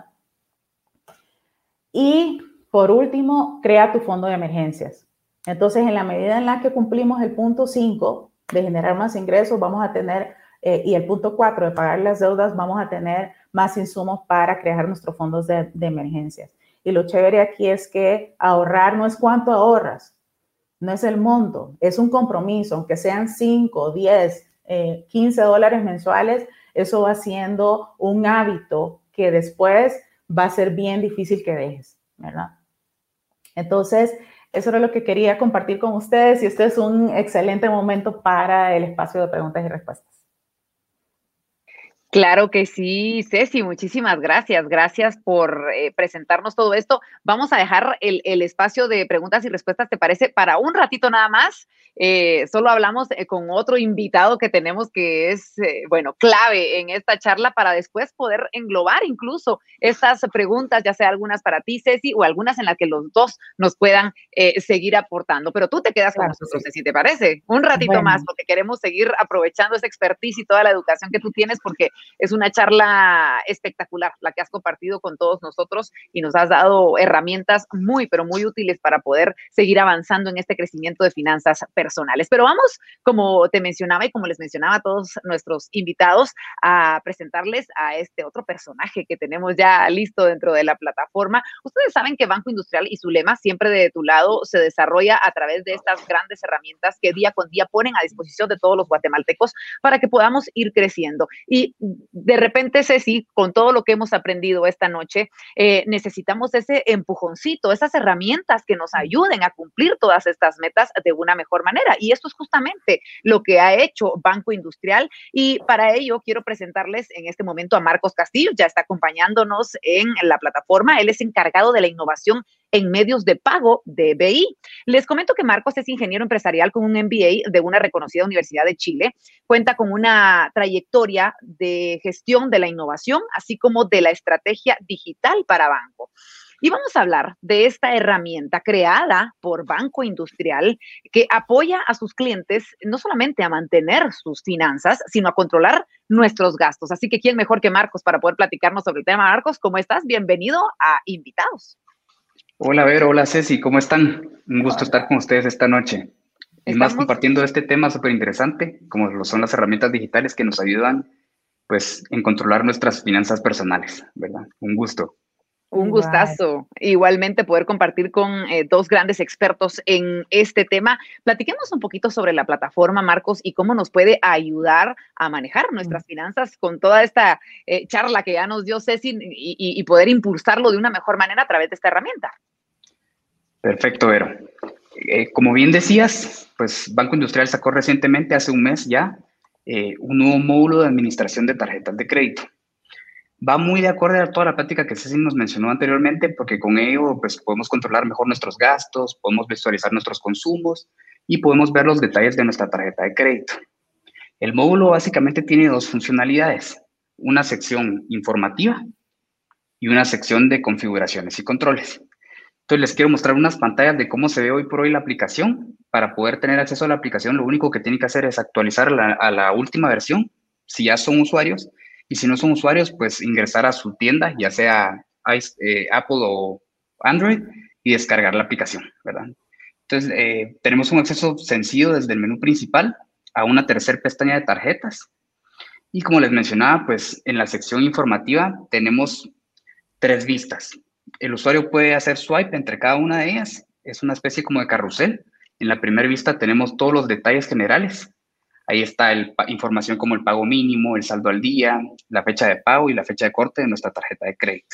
Y por último, crea tu fondo de emergencias. Entonces, en la medida en la que cumplimos el punto cinco de generar más ingresos, vamos a tener, eh, y el punto cuatro de pagar las deudas, vamos a tener más insumos para crear nuestros fondos de, de emergencias. Y lo chévere aquí es que ahorrar no es cuánto ahorras, no es el monto, es un compromiso, aunque sean cinco, diez, eh, quince dólares mensuales, eso va siendo un hábito que después va a ser bien difícil que dejes, ¿verdad? Entonces, eso era lo que quería compartir con ustedes, y este es un excelente momento para el espacio de preguntas y respuestas. Claro que sí, Ceci, muchísimas gracias. Gracias por eh, presentarnos todo esto. Vamos a dejar el, el espacio de preguntas y respuestas, ¿te parece? Para un ratito nada más. Eh, solo hablamos eh, con otro invitado que tenemos que es, eh, bueno, clave en esta charla para después poder englobar incluso estas preguntas, ya sea algunas para ti, Ceci, o algunas en las que los dos nos puedan eh, seguir aportando. Pero tú te quedas claro, con nosotros, sí. Ceci, ¿te parece? Un ratito bueno. más, porque queremos seguir aprovechando esa expertise y toda la educación que tú tienes, porque es una charla espectacular la que has compartido con todos nosotros, y nos has dado herramientas muy, pero muy útiles para poder seguir avanzando en este crecimiento de finanzas personales. Pero vamos, como te mencionaba y como les mencionaba a todos nuestros invitados, a presentarles a este otro personaje que tenemos ya listo dentro de la plataforma. Ustedes saben que Banco Industrial y su lema, siempre de tu lado, se desarrolla a través de estas grandes herramientas que día con día ponen a disposición de todos los guatemaltecos para que podamos ir creciendo. Y de repente, Ceci, con todo lo que hemos aprendido esta noche, eh, necesitamos ese empujoncito, esas herramientas que nos ayuden a cumplir todas estas metas de una mejor manera. Y esto es justamente lo que ha hecho Banco Industrial. Y para ello quiero presentarles en este momento a Marcos Castillo, ya está acompañándonos en la plataforma. Él es encargado de la innovación en medios de pago de B I. Les comento que Marcos es ingeniero empresarial con un M B A de una reconocida universidad de Chile. Cuenta con una trayectoria de gestión de la innovación, así como de la estrategia digital para banco. Y vamos a hablar de esta herramienta creada por Banco Industrial que apoya a sus clientes no solamente a mantener sus finanzas, sino a controlar nuestros gastos. Así que, ¿quién mejor que Marcos para poder platicarnos sobre el tema? Marcos, ¿cómo estás? Bienvenido a Invitados. Hola, Vero. Hola, Ceci. ¿Cómo están? Un gusto estar con ustedes esta noche. Y más compartiendo este tema súper interesante, como lo son las herramientas digitales que nos ayudan, pues, en controlar nuestras finanzas personales, ¿verdad? Un gusto. Un Igual. gustazo, igualmente poder compartir con eh, dos grandes expertos en este tema. Platiquemos un poquito sobre la plataforma, Marcos, y cómo nos puede ayudar a manejar nuestras finanzas con toda esta eh, charla que ya nos dio Ceci y, y, y poder impulsarlo de una mejor manera a través de esta herramienta. Perfecto, Vero. Eh, como bien decías, pues Banco Industrial sacó recientemente, hace un mes ya, eh, un nuevo módulo de administración de tarjetas de crédito. Va muy de acuerdo a toda la plática que Ceci nos mencionó anteriormente, porque con ello pues, podemos controlar mejor nuestros gastos, podemos visualizar nuestros consumos y podemos ver los detalles de nuestra tarjeta de crédito. El módulo básicamente tiene dos funcionalidades, una sección informativa y una sección de configuraciones y controles. Entonces les quiero mostrar unas pantallas de cómo se ve hoy por hoy la aplicación. Para poder tener acceso a la aplicación, lo único que tienen que hacer es actualizar la, a la última versión, si ya son usuarios, y si no son usuarios, pues ingresar a su tienda, ya sea eh, Apple o Android, y descargar la aplicación, ¿verdad? Entonces, eh, tenemos un acceso sencillo desde el menú principal a una tercera pestaña de tarjetas. Y como les mencionaba, pues en la sección informativa tenemos tres vistas. El usuario puede hacer swipe entre cada una de ellas. Es una especie como de carrusel. En la primera vista tenemos todos los detalles generales. Ahí está la información como el pago mínimo, el saldo al día, la fecha de pago y la fecha de corte de nuestra tarjeta de crédito.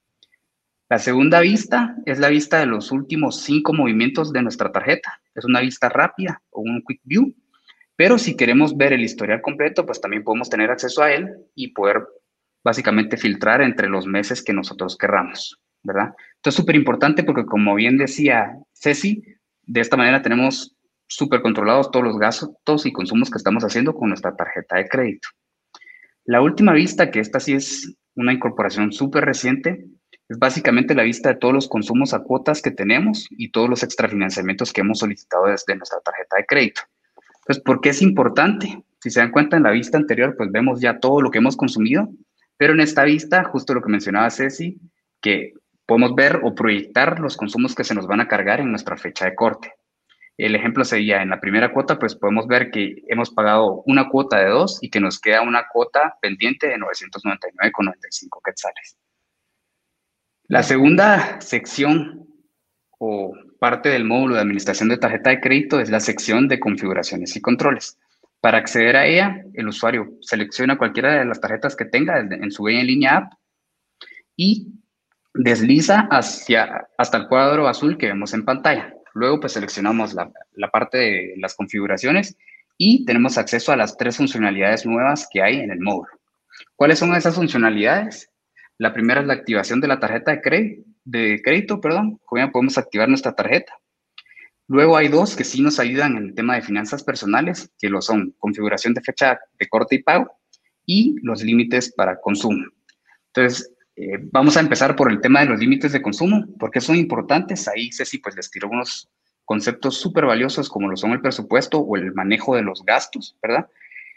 La segunda vista es la vista de los últimos cinco movimientos de nuestra tarjeta. Es una vista rápida o un quick view. Pero si queremos ver el historial completo, pues también podemos tener acceso a él y poder básicamente filtrar entre los meses que nosotros querramos, ¿verdad? Esto es súper importante porque, como bien decía Ceci, de esta manera tenemos súper controlados todos los gastos y consumos que estamos haciendo con nuestra tarjeta de crédito. La última vista, que esta sí es una incorporación súper reciente, es básicamente la vista de todos los consumos a cuotas que tenemos y todos los extrafinanciamientos que hemos solicitado desde nuestra tarjeta de crédito. Entonces, ¿por qué es importante? Si se dan cuenta, en la vista anterior, pues vemos ya todo lo que hemos consumido, pero en esta vista, justo lo que mencionaba Ceci, que podemos ver o proyectar los consumos que se nos van a cargar en nuestra fecha de corte. El ejemplo sería, en la primera cuota, pues podemos ver que hemos pagado una cuota de dos y que nos queda una cuota pendiente de novecientos noventa y nueve con noventa y cinco quetzales. La segunda sección o parte del módulo de administración de tarjeta de crédito es la sección de configuraciones y controles. Para acceder a ella, el usuario selecciona cualquiera de las tarjetas que tenga en su en línea app y desliza hacia, hasta el cuadro azul que vemos en pantalla. Luego, pues seleccionamos la, la parte de las configuraciones y tenemos acceso a las tres funcionalidades nuevas que hay en el módulo. ¿Cuáles son esas funcionalidades? La primera es la activación de la tarjeta de crédito, de crédito, perdón, con ella podemos activar nuestra tarjeta. Luego hay dos que sí nos ayudan en el tema de finanzas personales, que lo son configuración de fecha de corte y pago y los límites para consumo. Entonces, eh, vamos a empezar por el tema de los límites de consumo, porque son importantes. Ahí Ceci pues les tiró unos conceptos súper valiosos como lo son el presupuesto o el manejo de los gastos, ¿verdad?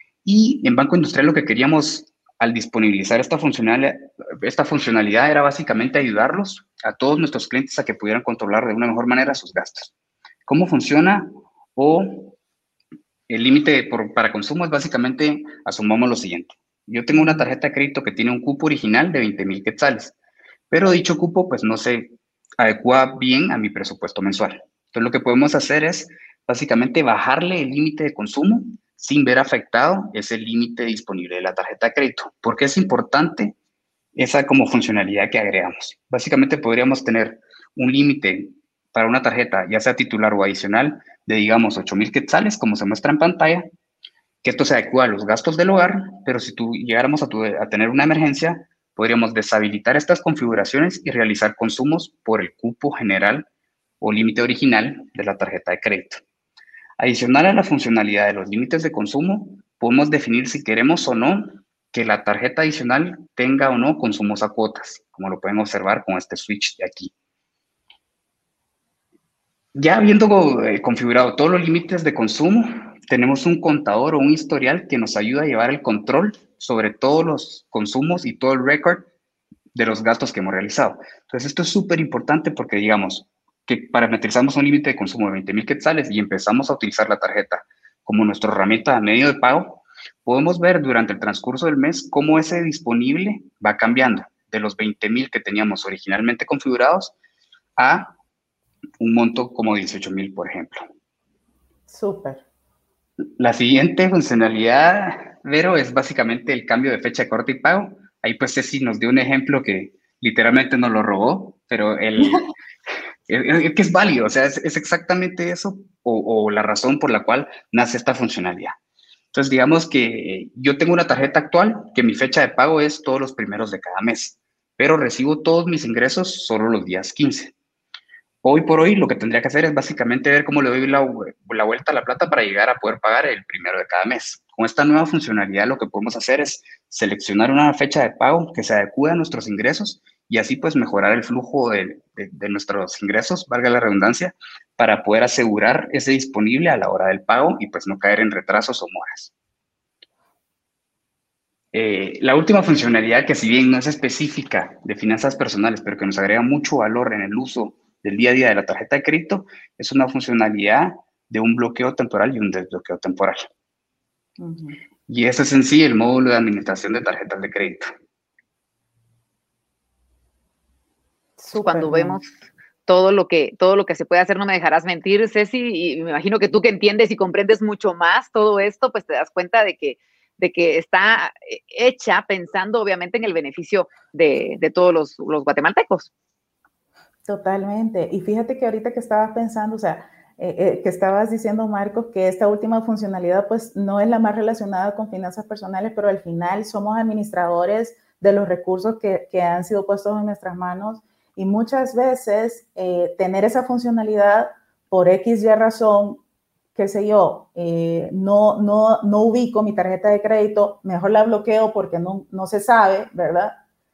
Y en Banco Industrial lo que queríamos al disponibilizar esta funcionalidad, esta funcionalidad era básicamente ayudarlos a todos nuestros clientes a que pudieran controlar de una mejor manera sus gastos. ¿Cómo funciona? O el límite para consumo es básicamente, asumamos lo siguiente. Yo tengo una tarjeta de crédito que tiene un cupo original de veinte mil quetzales, pero dicho cupo pues no se adecua bien a mi presupuesto mensual. Entonces lo que podemos hacer es básicamente bajarle el límite de consumo sin ver afectado ese límite disponible de la tarjeta de crédito. ¿Por qué es importante esa como funcionalidad que agregamos? Básicamente podríamos tener un límite para una tarjeta, ya sea titular o adicional, de digamos ocho mil quetzales, como se muestra en pantalla, que esto se adecua a los gastos del hogar, pero si tú llegáramos a, tu, a tener una emergencia, podríamos deshabilitar estas configuraciones y realizar consumos por el cupo general o límite original de la tarjeta de crédito. Adicional a la funcionalidad de los límites de consumo, podemos definir si queremos o no que la tarjeta adicional tenga o no consumos a cuotas, como lo pueden observar con este switch de aquí. Ya habiendo eh, configurado todos los límites de consumo, tenemos un contador o un historial que nos ayuda a llevar el control sobre todos los consumos y todo el récord de los gastos que hemos realizado. Entonces, esto es súper importante porque, digamos, que parametrizamos un límite de consumo de veinte mil quetzales y empezamos a utilizar la tarjeta como nuestra herramienta de medio de pago, podemos ver durante el transcurso del mes cómo ese disponible va cambiando. de los veinte mil que teníamos originalmente configurados a un monto como dieciocho mil, por ejemplo. Súper. La siguiente funcionalidad, Vero, es básicamente el cambio de fecha de corte y pago. Ahí pues Ceci nos dio un ejemplo que literalmente nos lo robó, pero el, es, es que es válido, o sea, es, es exactamente eso o, o la razón por la cual nace esta funcionalidad. Entonces, digamos que yo tengo una tarjeta actual que mi fecha de pago es todos los primeros de cada mes, pero recibo todos mis ingresos solo los días quince. Hoy por hoy lo que tendría que hacer es básicamente ver cómo le doy la, la vuelta a la plata para llegar a poder pagar el primero de cada mes. Con esta nueva funcionalidad lo que podemos hacer es seleccionar una fecha de pago que se adecue a nuestros ingresos y así pues mejorar el flujo de, de, de nuestros ingresos, valga la redundancia, para poder asegurar ese disponible a la hora del pago y pues no caer en retrasos o moras. Eh, la última funcionalidad que si bien no es específica de finanzas personales, pero que nos agrega mucho valor en el uso del día a día de la tarjeta de crédito, es una funcionalidad de un bloqueo temporal y un desbloqueo temporal. Uh-huh. Y ese es en sí el módulo de administración de tarjetas de crédito. Super Cuando bien. vemos todo lo que todo lo que se puede hacer, no me dejarás mentir, Ceci, y me imagino que tú que entiendes y comprendes mucho más todo esto, pues te das cuenta de que de que está hecha pensando obviamente en el beneficio de, de todos los, los guatemaltecos. Totalmente. Y fíjate que ahorita que estabas pensando, o sea, eh, eh, que estabas diciendo, Marcos, que esta última funcionalidad pues no es la más relacionada con finanzas personales, pero al final somos administradores de los recursos que, que han sido puestos en nuestras manos y muchas veces eh, tener esa funcionalidad por X y razón, qué sé yo, eh, no, no, no ubico mi tarjeta de crédito, mejor la bloqueo porque no, no se sabe, ¿verdad?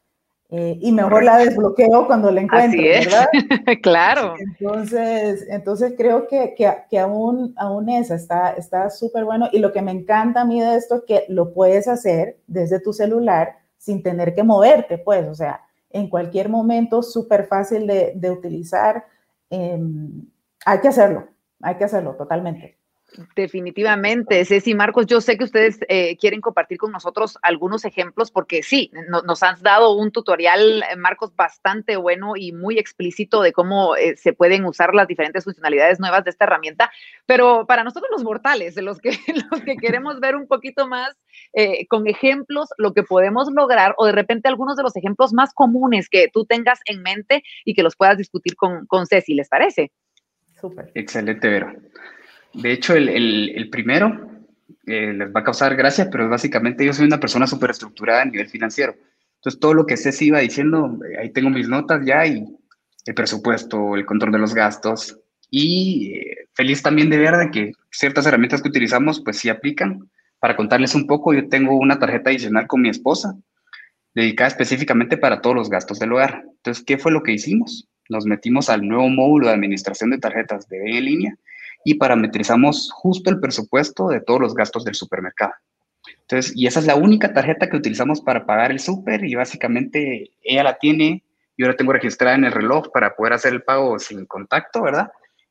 Eh, y mejor Correcto. La desbloqueo cuando la encuentro, Así es. ¿verdad? Claro. Entonces, entonces creo que, que, que aún, aún esa está súper bueno. Y lo que me encanta a mí de esto es que lo puedes hacer desde tu celular sin tener que moverte, pues, o sea, en cualquier momento, súper fácil de, de utilizar. Eh, hay que hacerlo, hay que hacerlo totalmente. Definitivamente, Ceci, Marcos, yo sé que ustedes eh, quieren compartir con nosotros algunos ejemplos porque sí, no, nos has dado un tutorial, Marcos, bastante bueno y muy explícito de cómo eh, se pueden usar las diferentes funcionalidades nuevas de esta herramienta, pero para nosotros los mortales, los que, los que queremos ver un poquito más eh, con ejemplos lo que podemos lograr o de repente algunos de los ejemplos más comunes que tú tengas en mente y que los puedas discutir con, con Ceci, ¿les parece? Súper. Excelente, Vero. De hecho, el, el, el primero eh, les va a causar gracia, pero básicamente yo soy una persona súper estructurada a nivel financiero. Entonces, todo lo que Ceci iba diciendo, ahí tengo mis notas ya y el presupuesto, el control de los gastos. Y eh, feliz también de ver de que ciertas herramientas que utilizamos, pues sí aplican. Para contarles un poco, yo tengo una tarjeta adicional con mi esposa, dedicada específicamente para todos los gastos del hogar. Entonces, ¿qué fue lo que hicimos? Nos metimos al nuevo módulo de administración de tarjetas de en línea y parametrizamos justo el presupuesto de todos los gastos del supermercado. Entonces, y esa es la única tarjeta que utilizamos para pagar el súper y básicamente ella la tiene, yo la tengo registrada en el reloj para poder hacer el pago sin contacto, ¿verdad?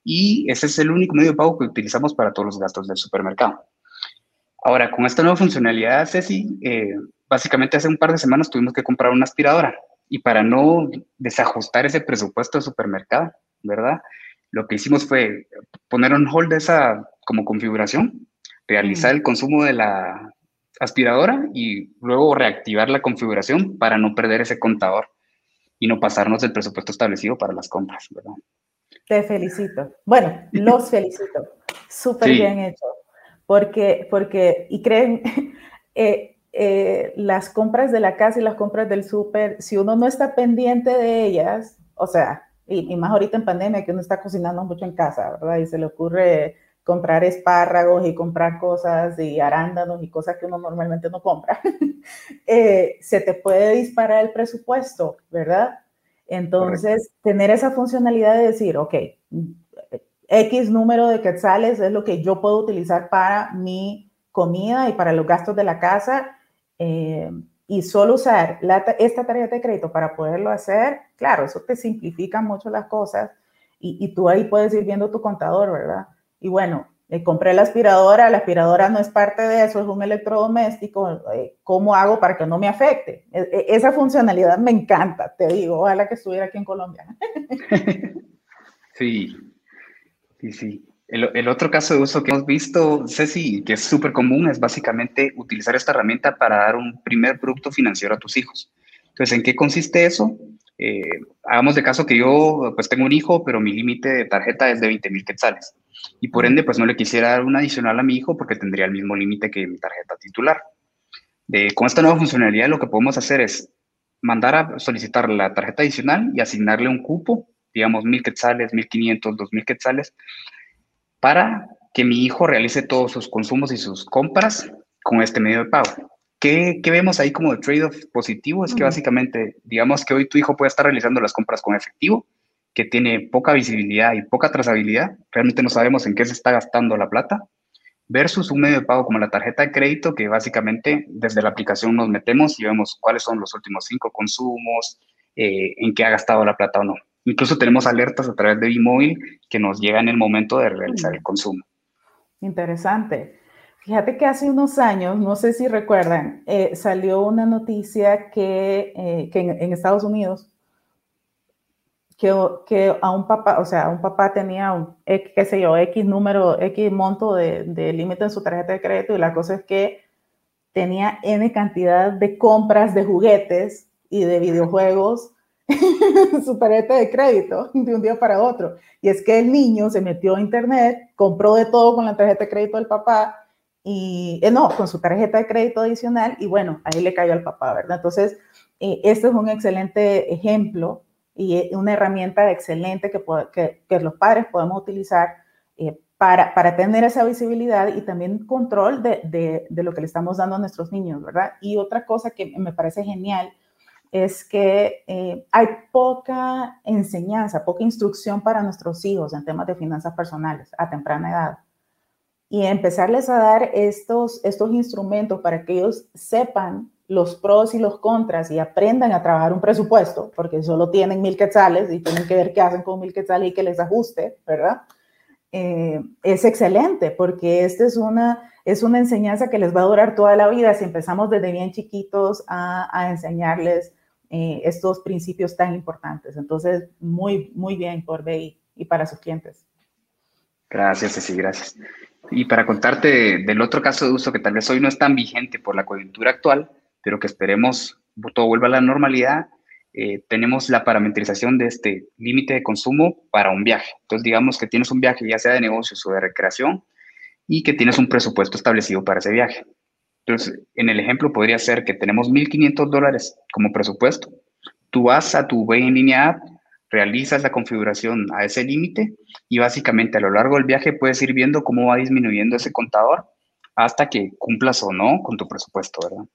Y ese es el único medio de pago que utilizamos para todos los gastos del supermercado. Ahora, con esta nueva funcionalidad, Ceci, eh, básicamente hace un par de semanas tuvimos que comprar una aspiradora y para no desajustar ese presupuesto de supermercado, ¿verdad? Lo que hicimos fue poner on hold esa como configuración, realizar mm. el consumo de la aspiradora y luego reactivar la configuración para no perder ese contador y no pasarnos del presupuesto establecido para las compras, ¿verdad? Te felicito. Bueno, los felicito. Súper sí. bien hecho. Porque, porque y creen, eh, eh, las compras de la casa y las compras del súper, si uno no está pendiente de ellas, o sea, Y, y más ahorita en pandemia que uno está cocinando mucho en casa, ¿verdad? Y se le ocurre comprar espárragos y comprar cosas y arándanos y cosas que uno normalmente no compra. eh, se te puede disparar el presupuesto, ¿verdad? Entonces, Correcto. Tener esa funcionalidad de decir, ok, X número de quetzales es lo que yo puedo utilizar para mi comida y para los gastos de la casa, eh, y solo usar la, esta tarjeta de crédito para poderlo hacer, claro, eso te simplifica mucho las cosas y, y tú ahí puedes ir viendo tu contador, ¿verdad? Y bueno, Eh, compré la aspiradora, la aspiradora no es parte de eso, es un electrodoméstico, eh, ¿cómo hago para que no me afecte? E esa funcionalidad me encanta, te digo, ojalá que estuviera aquí en Colombia. Sí, sí, sí. El, el otro caso de uso que hemos visto, Ceci, que es súper común, es básicamente utilizar esta herramienta para dar un primer producto financiero a tus hijos. Entonces, ¿en qué consiste eso? Eh, hagamos de caso que yo pues tengo un hijo, pero mi límite de tarjeta es de veinte mil quetzales. Y por ende, pues no le quisiera dar un adicional a mi hijo porque tendría el mismo límite que mi tarjeta titular. De, con esta nueva funcionalidad, lo que podemos hacer es mandar a solicitar la tarjeta adicional y asignarle un cupo, digamos mil quetzales, mil quinientos, dos mil quetzales, para que mi hijo realice todos sus consumos y sus compras con este medio de pago. ¿Qué, qué vemos ahí como de trade-off positivo? Es que básicamente, digamos que hoy tu hijo puede estar realizando las compras con efectivo, que tiene poca visibilidad y poca trazabilidad, realmente no sabemos en qué se está gastando la plata, versus un medio de pago como la tarjeta de crédito, que básicamente desde la aplicación nos metemos y vemos cuáles son los últimos cinco consumos, eh, en qué ha gastado la plata o no. Incluso tenemos alertas a través de Bimóvil que nos llegan en el momento de realizar el consumo. Interesante. Fíjate que hace unos años, no sé si recuerdan, eh, salió una noticia que, eh, que en, en Estados Unidos, que, que a un papá, o sea, un papá tenía un, qué sé yo, X número, X monto de, de límite en su tarjeta de crédito y la cosa es que tenía N cantidad de compras de juguetes y de videojuegos en su tarjeta de crédito de un día para otro. Y es que el niño se metió a internet, compró de todo con la tarjeta de crédito del papá y, eh, no, con su tarjeta de crédito adicional y bueno, ahí le cayó al papá, ¿verdad? Entonces, eh, este es un excelente ejemplo y una herramienta excelente que, que, que los padres podemos utilizar eh, para, para tener esa visibilidad y también control de, de, de lo que le estamos dando a nuestros niños, ¿verdad? Y otra cosa que me parece genial es que eh, hay poca enseñanza, poca instrucción para nuestros hijos en temas de finanzas personales a temprana edad. Y empezarles a dar estos, estos instrumentos para que ellos sepan los pros y los contras y aprendan a trabajar un presupuesto, porque solo tienen mil quetzales y tienen que ver qué hacen con mil quetzales y que les ajuste, ¿verdad? Eh, es excelente porque esta es una, es una enseñanza que les va a durar toda la vida si empezamos desde bien chiquitos a, a enseñarles eh, estos principios tan importantes. Entonces, muy, muy bien por B I y para sus clientes. Gracias, Ceci, gracias. Y para contarte del otro caso de uso que tal vez hoy no es tan vigente por la coyuntura actual, pero que esperemos todo vuelva a la normalidad, eh, tenemos la parametrización de este límite de consumo para un viaje. Entonces, digamos que tienes un viaje ya sea de negocios o de recreación y que tienes un presupuesto establecido para ese viaje. Entonces, en el ejemplo podría ser que tenemos mil quinientos dólares como presupuesto. Tú vas a tu Bay en línea app, realizas la configuración a ese límite y básicamente a lo largo del viaje puedes ir viendo cómo va disminuyendo ese contador hasta que cumplas o no con tu presupuesto, ¿verdad?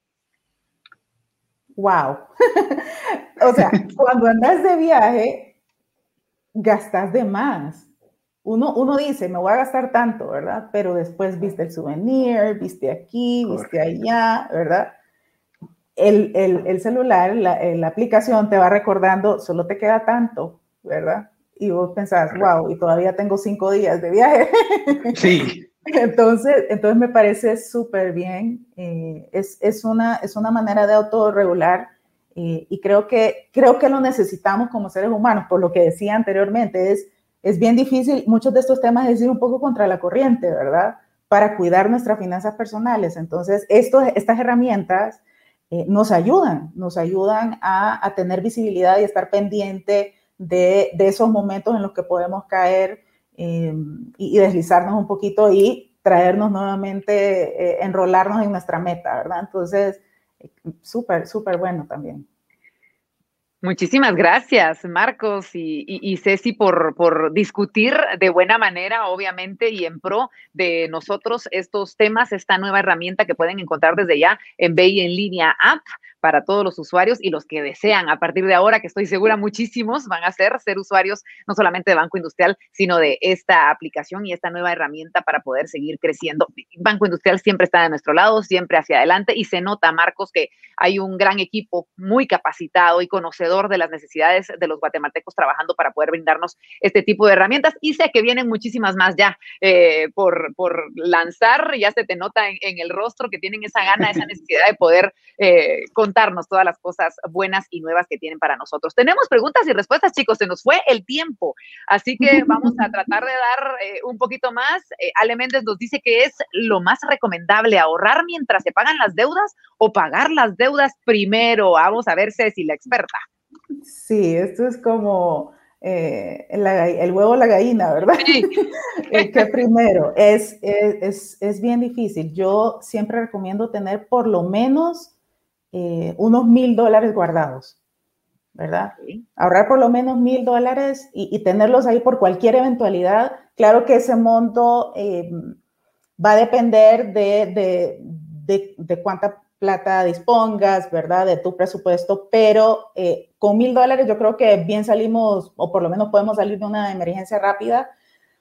Wow. O sea, cuando andas de viaje, gastas de más. Uno, uno dice, me voy a gastar tanto, ¿verdad? Pero después viste el souvenir, viste aquí, Correcto. viste allá, ¿verdad? El, el, el celular, la, la aplicación te va recordando, solo te queda tanto, ¿verdad? Y vos pensás, wow, y todavía tengo cinco días de viaje. Sí. Entonces, entonces me parece súper bien. Eh, es, es, una, es una manera de autorregular eh, y creo que, creo que lo necesitamos como seres humanos, por lo que decía anteriormente, es, es bien difícil, muchos de estos temas es ir un poco contra la corriente, ¿verdad? Para cuidar nuestras finanzas personales. Entonces, esto, estas herramientas eh, nos ayudan, nos ayudan a, a tener visibilidad y estar pendiente de, de esos momentos en los que podemos caer Eh, y, y deslizarnos un poquito y traernos nuevamente, eh, enrolarnos en nuestra meta, ¿verdad? Entonces, eh, súper, súper bueno también. Muchísimas gracias, Marcos y, y, y Ceci, por, por discutir de buena manera, obviamente, y en pro de nosotros estos temas, esta nueva herramienta que pueden encontrar desde ya en B I en línea app para todos los usuarios y los que desean a partir de ahora, que estoy segura muchísimos van a ser, ser usuarios no solamente de Banco Industrial, sino de esta aplicación y esta nueva herramienta para poder seguir creciendo. Banco Industrial siempre está de nuestro lado, siempre hacia adelante, y se nota, Marcos, que hay un gran equipo muy capacitado y conocedor de las necesidades de los guatemaltecos trabajando para poder brindarnos este tipo de herramientas, y sé que vienen muchísimas más ya eh, por, por lanzar. Ya se te nota en, en el rostro que tienen esa gana, esa necesidad de poder eh, contarnos todas las cosas buenas y nuevas que tienen para nosotros. Tenemos preguntas y respuestas, chicos, se nos fue el tiempo, así que vamos a tratar de dar eh, un poquito más. eh, Ale Méndez nos dice que es lo más recomendable ahorrar mientras se pagan las deudas o pagar las deudas primero. Vamos a ver, Ceci, la experta. Sí, esto es como eh, la, el huevo o la gallina, ¿verdad? Sí. eh, ¿Qué primero? Es, es, es, es bien difícil. Yo siempre recomiendo tener por lo menos eh, unos mil dólares guardados, ¿verdad? Sí. Ahorrar por lo menos mil dólares y, y tenerlos ahí por cualquier eventualidad. Claro que ese monto eh, va a depender de, de, de, de cuánta plata dispongas, ¿verdad? De tu presupuesto, pero eh, con mil dólares yo creo que bien salimos, o por lo menos podemos salir de una emergencia rápida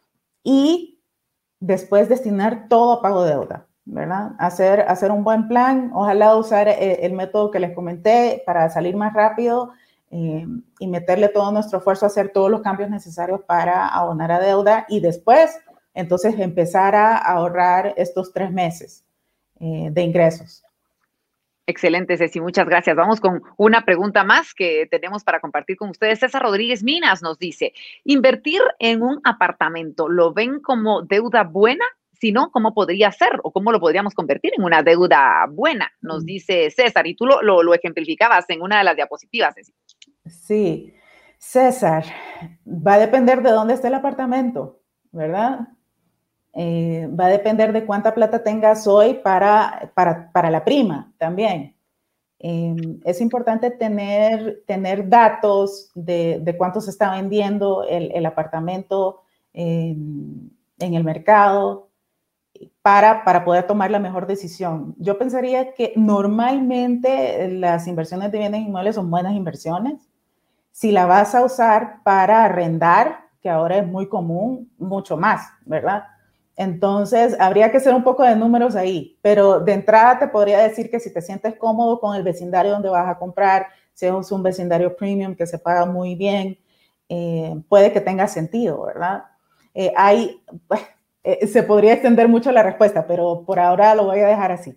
y después destinar todo a pago de deuda, ¿verdad? Hacer, hacer un buen plan, ojalá usar eh, el método que les comenté para salir más rápido eh, y meterle todo nuestro esfuerzo a hacer todos los cambios necesarios para abonar a deuda y después, entonces, empezar a ahorrar estos tres meses eh, de ingresos. Excelente, Ceci, muchas gracias. Vamos con una pregunta más que tenemos para compartir con ustedes. César Rodríguez Minas nos dice, ¿invertir en un apartamento lo ven como deuda buena? Si no, ¿cómo podría ser o cómo lo podríamos convertir en una deuda buena? Nos dice César, y tú lo, lo, lo ejemplificabas en una de las diapositivas, Ceci. Sí, César, va a depender de dónde esté el apartamento, ¿verdad? Eh, va a depender de cuánta plata tengas hoy para, para, para la prima también. Eh, es importante tener, tener datos de, de cuánto se está vendiendo el, el apartamento en, en el mercado para, para poder tomar la mejor decisión. Yo pensaría que normalmente las inversiones de bienes inmuebles son buenas inversiones. Si la vas a usar para arrendar, que ahora es muy común, mucho más, ¿verdad? Entonces, habría que hacer un poco de números ahí, pero de entrada te podría decir que si te sientes cómodo con el vecindario donde vas a comprar, si es un vecindario premium que se paga muy bien, eh, puede que tenga sentido, ¿verdad? Eh, hay, eh, se podría extender mucho la respuesta, pero por ahora lo voy a dejar así.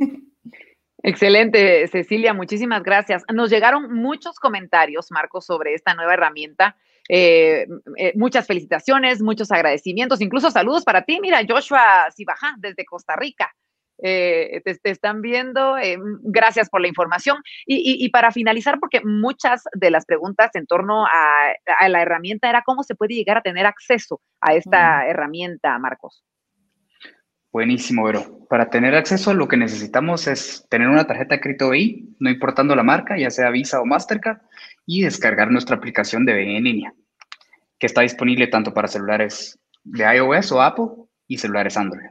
Excelente, Cecilia, muchísimas gracias. Nos llegaron muchos comentarios, Marcos, sobre esta nueva herramienta. Eh, eh, muchas felicitaciones, muchos agradecimientos, incluso saludos para ti. Mira, Joshua Sibajá, desde Costa Rica, eh, te, te están viendo. Eh, gracias por la información. Y, y, y para finalizar, porque muchas de las preguntas en torno a, a la herramienta era cómo se puede llegar a tener acceso a esta uh-huh. herramienta, Marcos. Buenísimo, Vero. Para tener acceso, lo que necesitamos es tener una tarjeta de crédito B I, no importando la marca, ya sea Visa o Mastercard, y descargar nuestra aplicación de B I en línea, que está disponible tanto para celulares de iOS o Apple y celulares Android.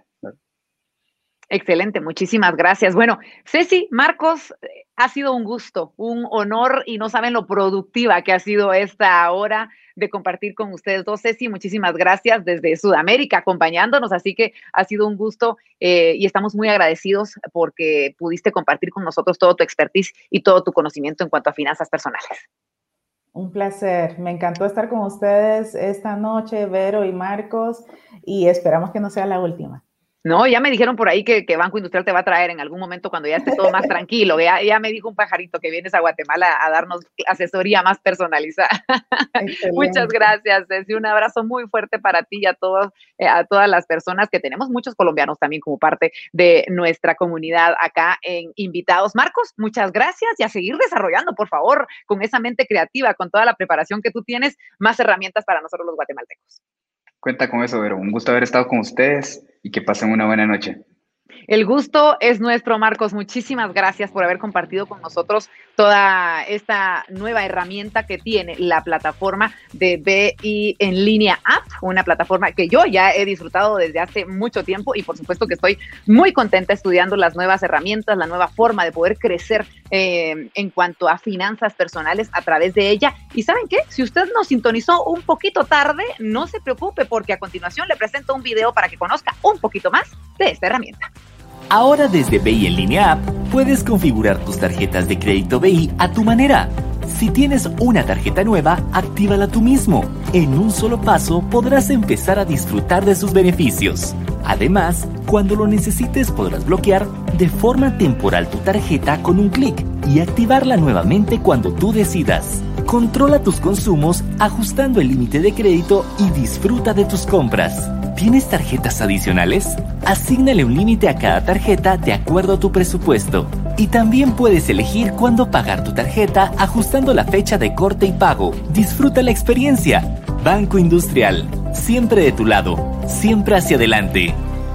Excelente, muchísimas gracias. Bueno, Ceci, Marcos, ha sido un gusto, un honor, y no saben lo productiva que ha sido esta hora de compartir con ustedes dos. Ceci, muchísimas gracias desde Sudamérica acompañándonos, así que ha sido un gusto eh, y estamos muy agradecidos porque pudiste compartir con nosotros todo tu expertise y todo tu conocimiento en cuanto a finanzas personales. Un placer, me encantó estar con ustedes esta noche, Vero y Marcos, y esperamos que no sea la última. No, ya me dijeron por ahí que, que Banco Industrial te va a traer en algún momento cuando ya esté todo más tranquilo. Ya, ya me dijo un pajarito que vienes a Guatemala a darnos asesoría más personalizada. Muchas gracias, Ceci. Un abrazo muy fuerte para ti y a, todos, eh, a todas las personas, que tenemos muchos colombianos también como parte de nuestra comunidad acá en Invitados. Marcos, muchas gracias, y a seguir desarrollando, por favor, con esa mente creativa, con toda la preparación que tú tienes, más herramientas para nosotros los guatemaltecos. Cuenta con eso, Vero. Un gusto haber estado con ustedes y que pasen una buena noche. El gusto es nuestro, Marcos. Muchísimas gracias por haber compartido con nosotros toda esta nueva herramienta que tiene la plataforma de B I en línea App, una plataforma que yo ya he disfrutado desde hace mucho tiempo y por supuesto que estoy muy contenta estudiando las nuevas herramientas, la nueva forma de poder crecer eh, en cuanto a finanzas personales a través de ella. ¿Y saben qué? Si usted nos sintonizó un poquito tarde, no se preocupe, porque a continuación le presento un video para que conozca un poquito más de esta herramienta. Ahora desde B I en línea App puedes configurar tus tarjetas de crédito B I a tu manera. Si tienes una tarjeta nueva, actívala tú mismo. En un solo paso podrás empezar a disfrutar de sus beneficios. Además, cuando lo necesites podrás bloquear de forma temporal tu tarjeta con un clic y activarla nuevamente cuando tú decidas. Controla tus consumos ajustando el límite de crédito y disfruta de tus compras. ¿Tienes tarjetas adicionales? Asígnale un límite a cada tarjeta de acuerdo a tu presupuesto. Y también puedes elegir cuándo pagar tu tarjeta ajustando la fecha de corte y pago. Disfruta la experiencia. Banco Industrial, siempre de tu lado, siempre hacia adelante.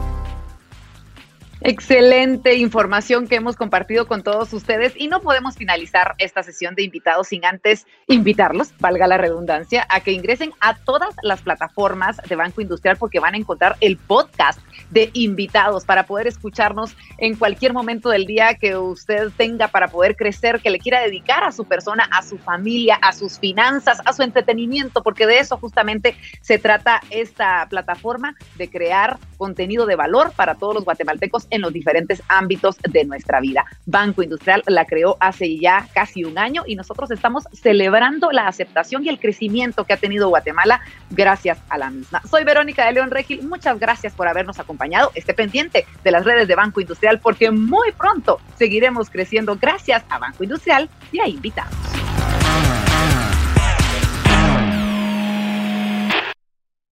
Excelente información que hemos compartido con todos ustedes y no podemos finalizar esta sesión de invitados sin antes invitarlos, valga la redundancia, a que ingresen a todas las plataformas de Banco Industrial, porque van a encontrar el podcast de invitados para poder escucharnos en cualquier momento del día que usted tenga para poder crecer, que le quiera dedicar a su persona, a su familia, a sus finanzas, a su entretenimiento, porque de eso justamente se trata esta plataforma, de crear contenido de valor para todos los guatemaltecos en los diferentes ámbitos de nuestra vida. Banco Industrial la creó hace ya casi un año y nosotros estamos celebrando la aceptación y el crecimiento que ha tenido Guatemala gracias a la misma. Soy Verónica de León Regil, muchas gracias por habernos acompañado. Esté pendiente de las redes de Banco Industrial porque muy pronto seguiremos creciendo gracias a Banco Industrial y a invitados.